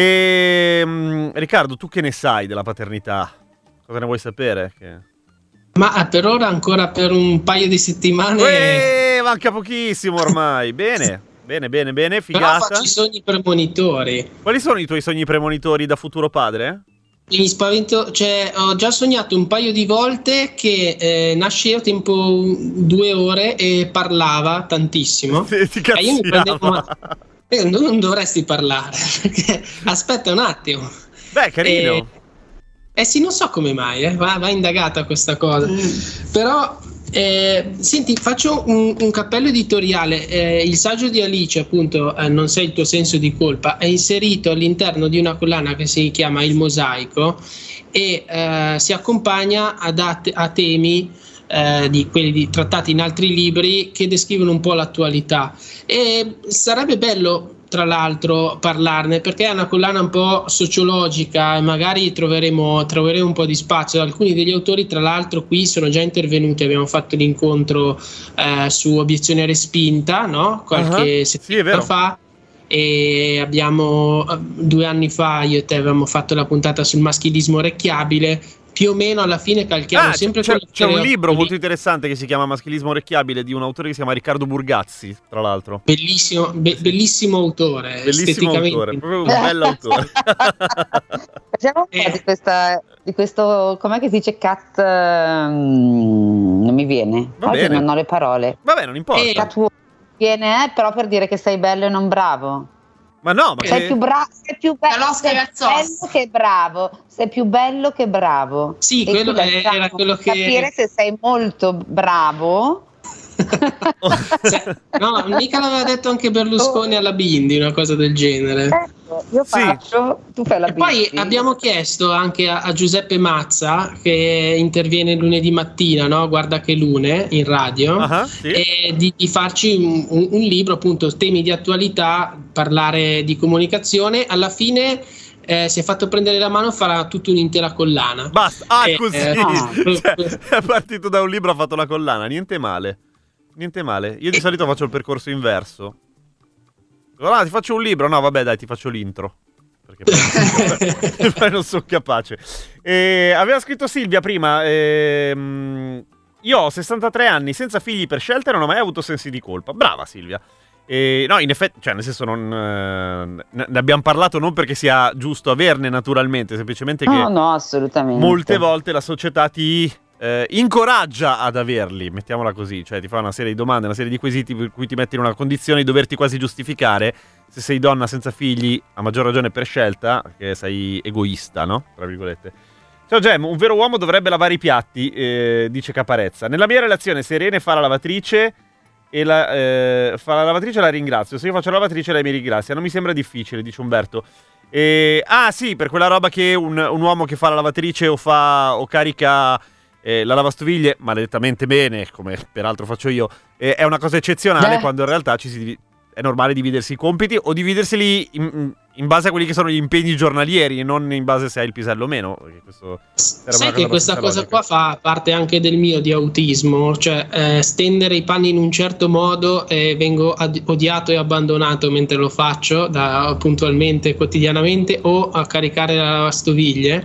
E mm, Riccardo, tu che ne sai della paternità? Cosa ne vuoi sapere? Che... Ma per ora ancora per un paio di settimane. Uè, manca pochissimo ormai. Bene, bene, bene, bene, Però figata. faccio i sogni premonitori. Quali sono i tuoi sogni premonitori da futuro padre? Mi spavento, cioè ho già sognato un paio di volte che eh, nasceva tempo due ore e parlava tantissimo. Ti, ti E io mi prendevo, cazziava. ma eh, non non dovresti parlare, perché aspetta un attimo. Beh, carino. Eh, eh sì, non so come mai, eh, va, va indagata questa cosa. Però, eh, senti, faccio un, un cappello editoriale. Eh, il saggio di Alice, appunto, eh, Non sei il tuo senso di colpa, è inserito all'interno di una collana che si chiama Il Mosaico e eh, si accompagna ad, a, a temi eh, di quelli di, trattati in altri libri che descrivono un po' l'attualità. E sarebbe bello, tra l'altro, parlarne, perché è una collana un po' sociologica e magari troveremo, troveremo un po' di spazio. Alcuni degli autori, tra l'altro, qui sono già intervenuti. Abbiamo fatto l'incontro eh, su Obiezione Respinta, no? Qualche Uh-huh. settimana Sì, è vero. fa, e abbiamo eh, due anni fa io e te avevamo fatto la puntata sul maschilismo orecchiabile. Più o meno alla fine calchiamo Ah, c'è, sempre c'è- quello c'è un che- libro molto interessante che si chiama Maschilismo orecchiabile di un autore che si chiama Riccardo Burgazzi, tra l'altro. bellissimo, be- bellissimo autore, Bellissimo esteticamente. autore, proprio un bell'autore. Facciamo un po' Eh. di, questa, di questo, com'è che si dice cat? ehm, non mi viene. Va Oggi bene. non ho le parole. Vabbè, non importa. Eh, Catwalk viene eh, però per dire che sei bello e non bravo. Ma no, ma Sei che... più, bra- sei più be- Calosca sei e Razzos. bello che bravo. Sei più bello che bravo. Sì, E quello qui è- lasciamo era quello che- capire se sei molto bravo. Cioè, no, mica l'aveva detto anche Berlusconi alla Bindi, una cosa del genere. Ecco, io Sì. faccio, tu fai la E poi bici. abbiamo chiesto anche a, a Giuseppe Mazza, che interviene lunedì mattina, no? Guarda che lune in radio, Ah, sì. e di, di farci un, un- un libro, appunto, temi di attualità, parlare di comunicazione. Alla fine eh, si è fatto prendere la mano, farà tutta un'intera collana. Basta. Ah, Eh, così. eh, ah. Cioè, è partito da un libro, ha fatto la collana. Niente male. Niente male. Io di solito faccio il percorso inverso. Allora, ti faccio un libro? No, vabbè, dai, ti faccio l'intro. Perché poi, poi non sono capace. E aveva scritto Silvia prima. ehm, io ho sessantatré anni, senza figli per scelta e non ho mai avuto sensi di colpa. Brava Silvia. E, no, in effetti, cioè, nel senso, non, eh, ne ne abbiamo parlato non perché sia giusto averne, naturalmente, semplicemente che No, no, assolutamente. molte volte la società ti eh, incoraggia ad averli, mettiamola così, cioè ti fa una serie di domande, una serie di quesiti per cui ti mette in una condizione di doverti quasi giustificare se sei donna senza figli, a maggior ragione per scelta, perché sei egoista, no? Tra virgolette. Ciao Gem, un vero uomo dovrebbe lavare i piatti, eh, dice Caparezza. Nella mia relazione Serena fa la lavatrice e la, eh, fa la lavatrice e la ringrazio. Se io faccio la lavatrice lei mi ringrazia. Non mi sembra difficile, dice Umberto. E, ah sì, per quella roba che un, un uomo che fa la lavatrice o fa o carica eh, la lavastoviglie maledettamente bene, come peraltro faccio io, eh, è una cosa eccezionale Eh. quando in realtà ci si div- è normale dividersi i compiti o dividerseli in, in base a quelli che sono gli impegni giornalieri e non in base se hai il pisello o meno. Perché questo sarebbe Sai una che cosa questa abbastanza cosa qua fa parte anche del mio di autismo, cioè eh, stendere i panni in un certo modo e vengo ad- odiato e abbandonato mentre lo faccio da, puntualmente, quotidianamente, o a caricare la lavastoviglie.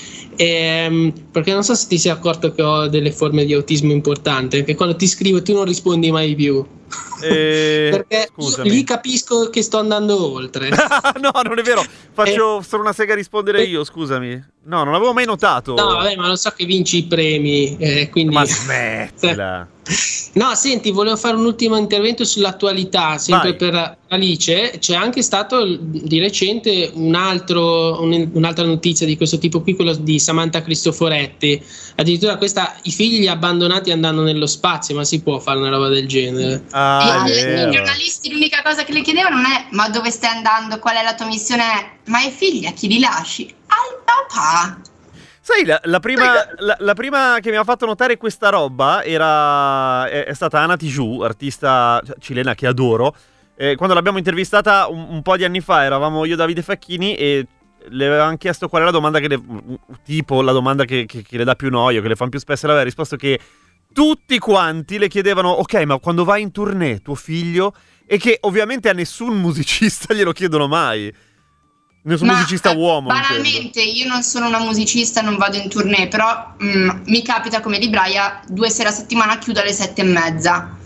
Ehm, perché non so se ti sei accorto che ho delle forme di autismo importanti, che quando ti scrivo tu non rispondi mai più. Eh, Perché scusami. lì capisco che sto andando oltre. No, non è vero. Faccio solo una sega a rispondere io, scusami. No, non l'avevo mai notato. No, vabbè, ma lo so che vinci i premi, eh, quindi... Ma smettila. No, senti, volevo fare un ultimo intervento sull'attualità, sempre Vai. per Alice. C'è anche stato di recente un altro, un- un'altra notizia di questo tipo qui, quello di Samantha Cristoforetti. Addirittura questa, i figli abbandonati andando nello spazio, ma si può fare una roba del genere? Ah, E è ai- vero. I giornalisti l'unica cosa che le chiedevano non è ma dove stai andando, qual è la tua missione, ma i figli a chi li lasci? Al papà. Sai, la, la prima, la, la prima che mi ha fatto notare questa roba era è, è stata Ana Tijoux, artista cilena che adoro. Eh, quando l'abbiamo intervistata un, un po' di anni fa, eravamo io e Davide Facchini e le avevamo chiesto qual è la domanda che le, tipo la domanda che, che, che le dà più noia, che le fanno più spesso, e lei aveva risposto che tutti quanti le chiedevano ok, ma quando vai in tournée tuo figlio, e che ovviamente a nessun musicista glielo chiedono mai. Nessun Ma, musicista eh, uomo. intendo. banalmente io non sono una musicista, non vado in tournée, però mm, mi capita come libraia due sere a settimana, chiudo alle sette e mezza.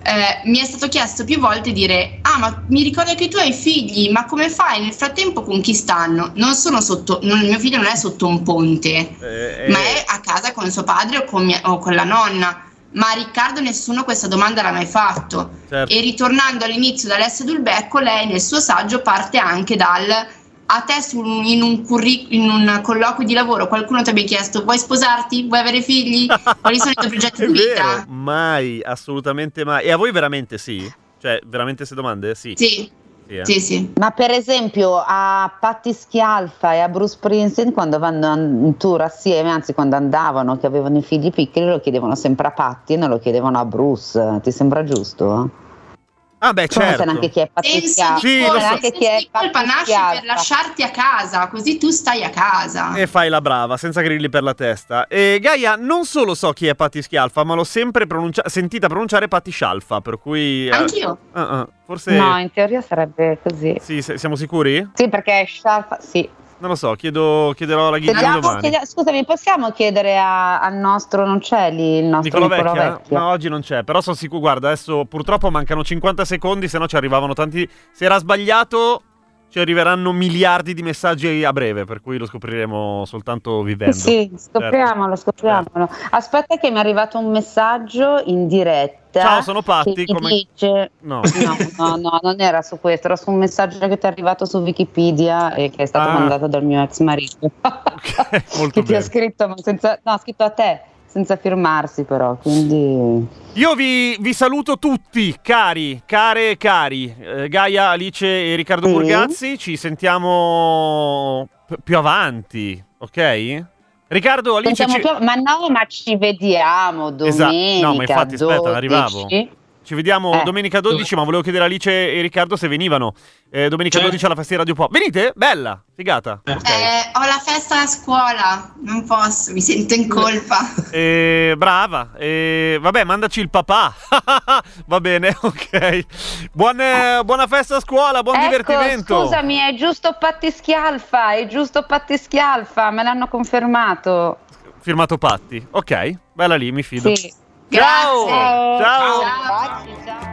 eh, mi è stato chiesto più volte dire: ah, ma mi ricordo che tu hai figli, ma come fai? Nel frattempo con chi stanno? Non sono sotto, non, mio figlio non è sotto un ponte, Eh, ma eh, è a casa con suo padre o con, mia- o con la nonna. Ma a Riccardo nessuno questa domanda l'ha mai fatto. certo. E ritornando all'inizio da Alessia Dulbecco, lei nel suo saggio parte anche dal: a te su un- in, un curric- in un colloquio di lavoro qualcuno ti abbia chiesto: vuoi sposarti? Vuoi avere figli? Quali sono i tuoi progetti È di vero, vita? mai, assolutamente mai. E a voi veramente sì? Cioè, veramente queste domande? Sì. Sì, Sì, eh. sì, sì. Ma per esempio a Patti Schialfa e a Bruce Springsteen, quando vanno in tour assieme, anzi quando andavano, che avevano i figli piccoli, lo chiedevano sempre a Patti e non lo chiedevano a Bruce. Ti sembra giusto? Ah, beh, Tu non sai certo. neanche chi è Patti Senso Schialfa. Sì, di lo colpa, so. Neanche il chi senso è di colpa Patti nasce Schialfa. per lasciarti a casa, così tu stai a casa. E fai la brava, senza grilli per la testa. E Gaia, non solo so chi è Patti Schialfa, ma l'ho sempre pronuncia- sentita pronunciare Patti Scialfa, per cui... eh, Anch'io. ah, ah, forse... No, in teoria sarebbe così. Sì, se- siamo sicuri? Sì, perché è Scialfa, sì. Non lo so, chiedo, chiederò alla Ghigli Chiediamo- domani. chiedi- scusami, possiamo chiedere a- al nostro, non c'è lì il nostro Nicolò Nicolò Vecchia? Vecchia? No, oggi non c'è, però sono sicuro, guarda, adesso purtroppo mancano cinquanta secondi, se no ci arrivavano tanti... Se era sbagliato, ci arriveranno miliardi di messaggi a breve, per cui lo scopriremo soltanto vivendo. Sì, scopriamolo, scopriamolo. Aspetta che mi è arrivato un messaggio in diretta. Ciao, sono Patti, che mi come- dice... No. No, no, no, non era su questo, era su un messaggio che ti è arrivato su Wikipedia e che è stato Ah. mandato dal mio ex marito. Ok, molto che ti ha bene. scritto, ma senza... No, ha scritto a te, senza firmarsi però, quindi... Io vi, vi saluto tutti, cari, care e cari. Eh, Gaia, Alice e Riccardo Sì. Burgazzi. Ci sentiamo p- più avanti, ok? Riccardo, Alice, Sentiamo ci, più- Ma no, ma ci vediamo Esatto. domenica No, ma infatti, aspetta, arrivavo. dodici. ci vediamo Eh. domenica dodici, ma volevo chiedere a Alice e Riccardo se venivano. Eh, domenica Certo. dodici alla festa di Radio Pop. Venite? Bella, figata. Ok. Eh, ho la festa a scuola, non posso, mi sento in colpa. Eh, brava. Eh, vabbè, mandaci il papà. Va bene, ok. Buon, eh, buona festa a scuola, buon Ecco, divertimento. scusami, è giusto Patti Schialfa, è giusto Patti Schialfa, me l'hanno confermato. Firmato Patti. Ok, bella lì, mi fido. Sì. Ciao! Grazie. Ciao! Ciao. Baci, ciao.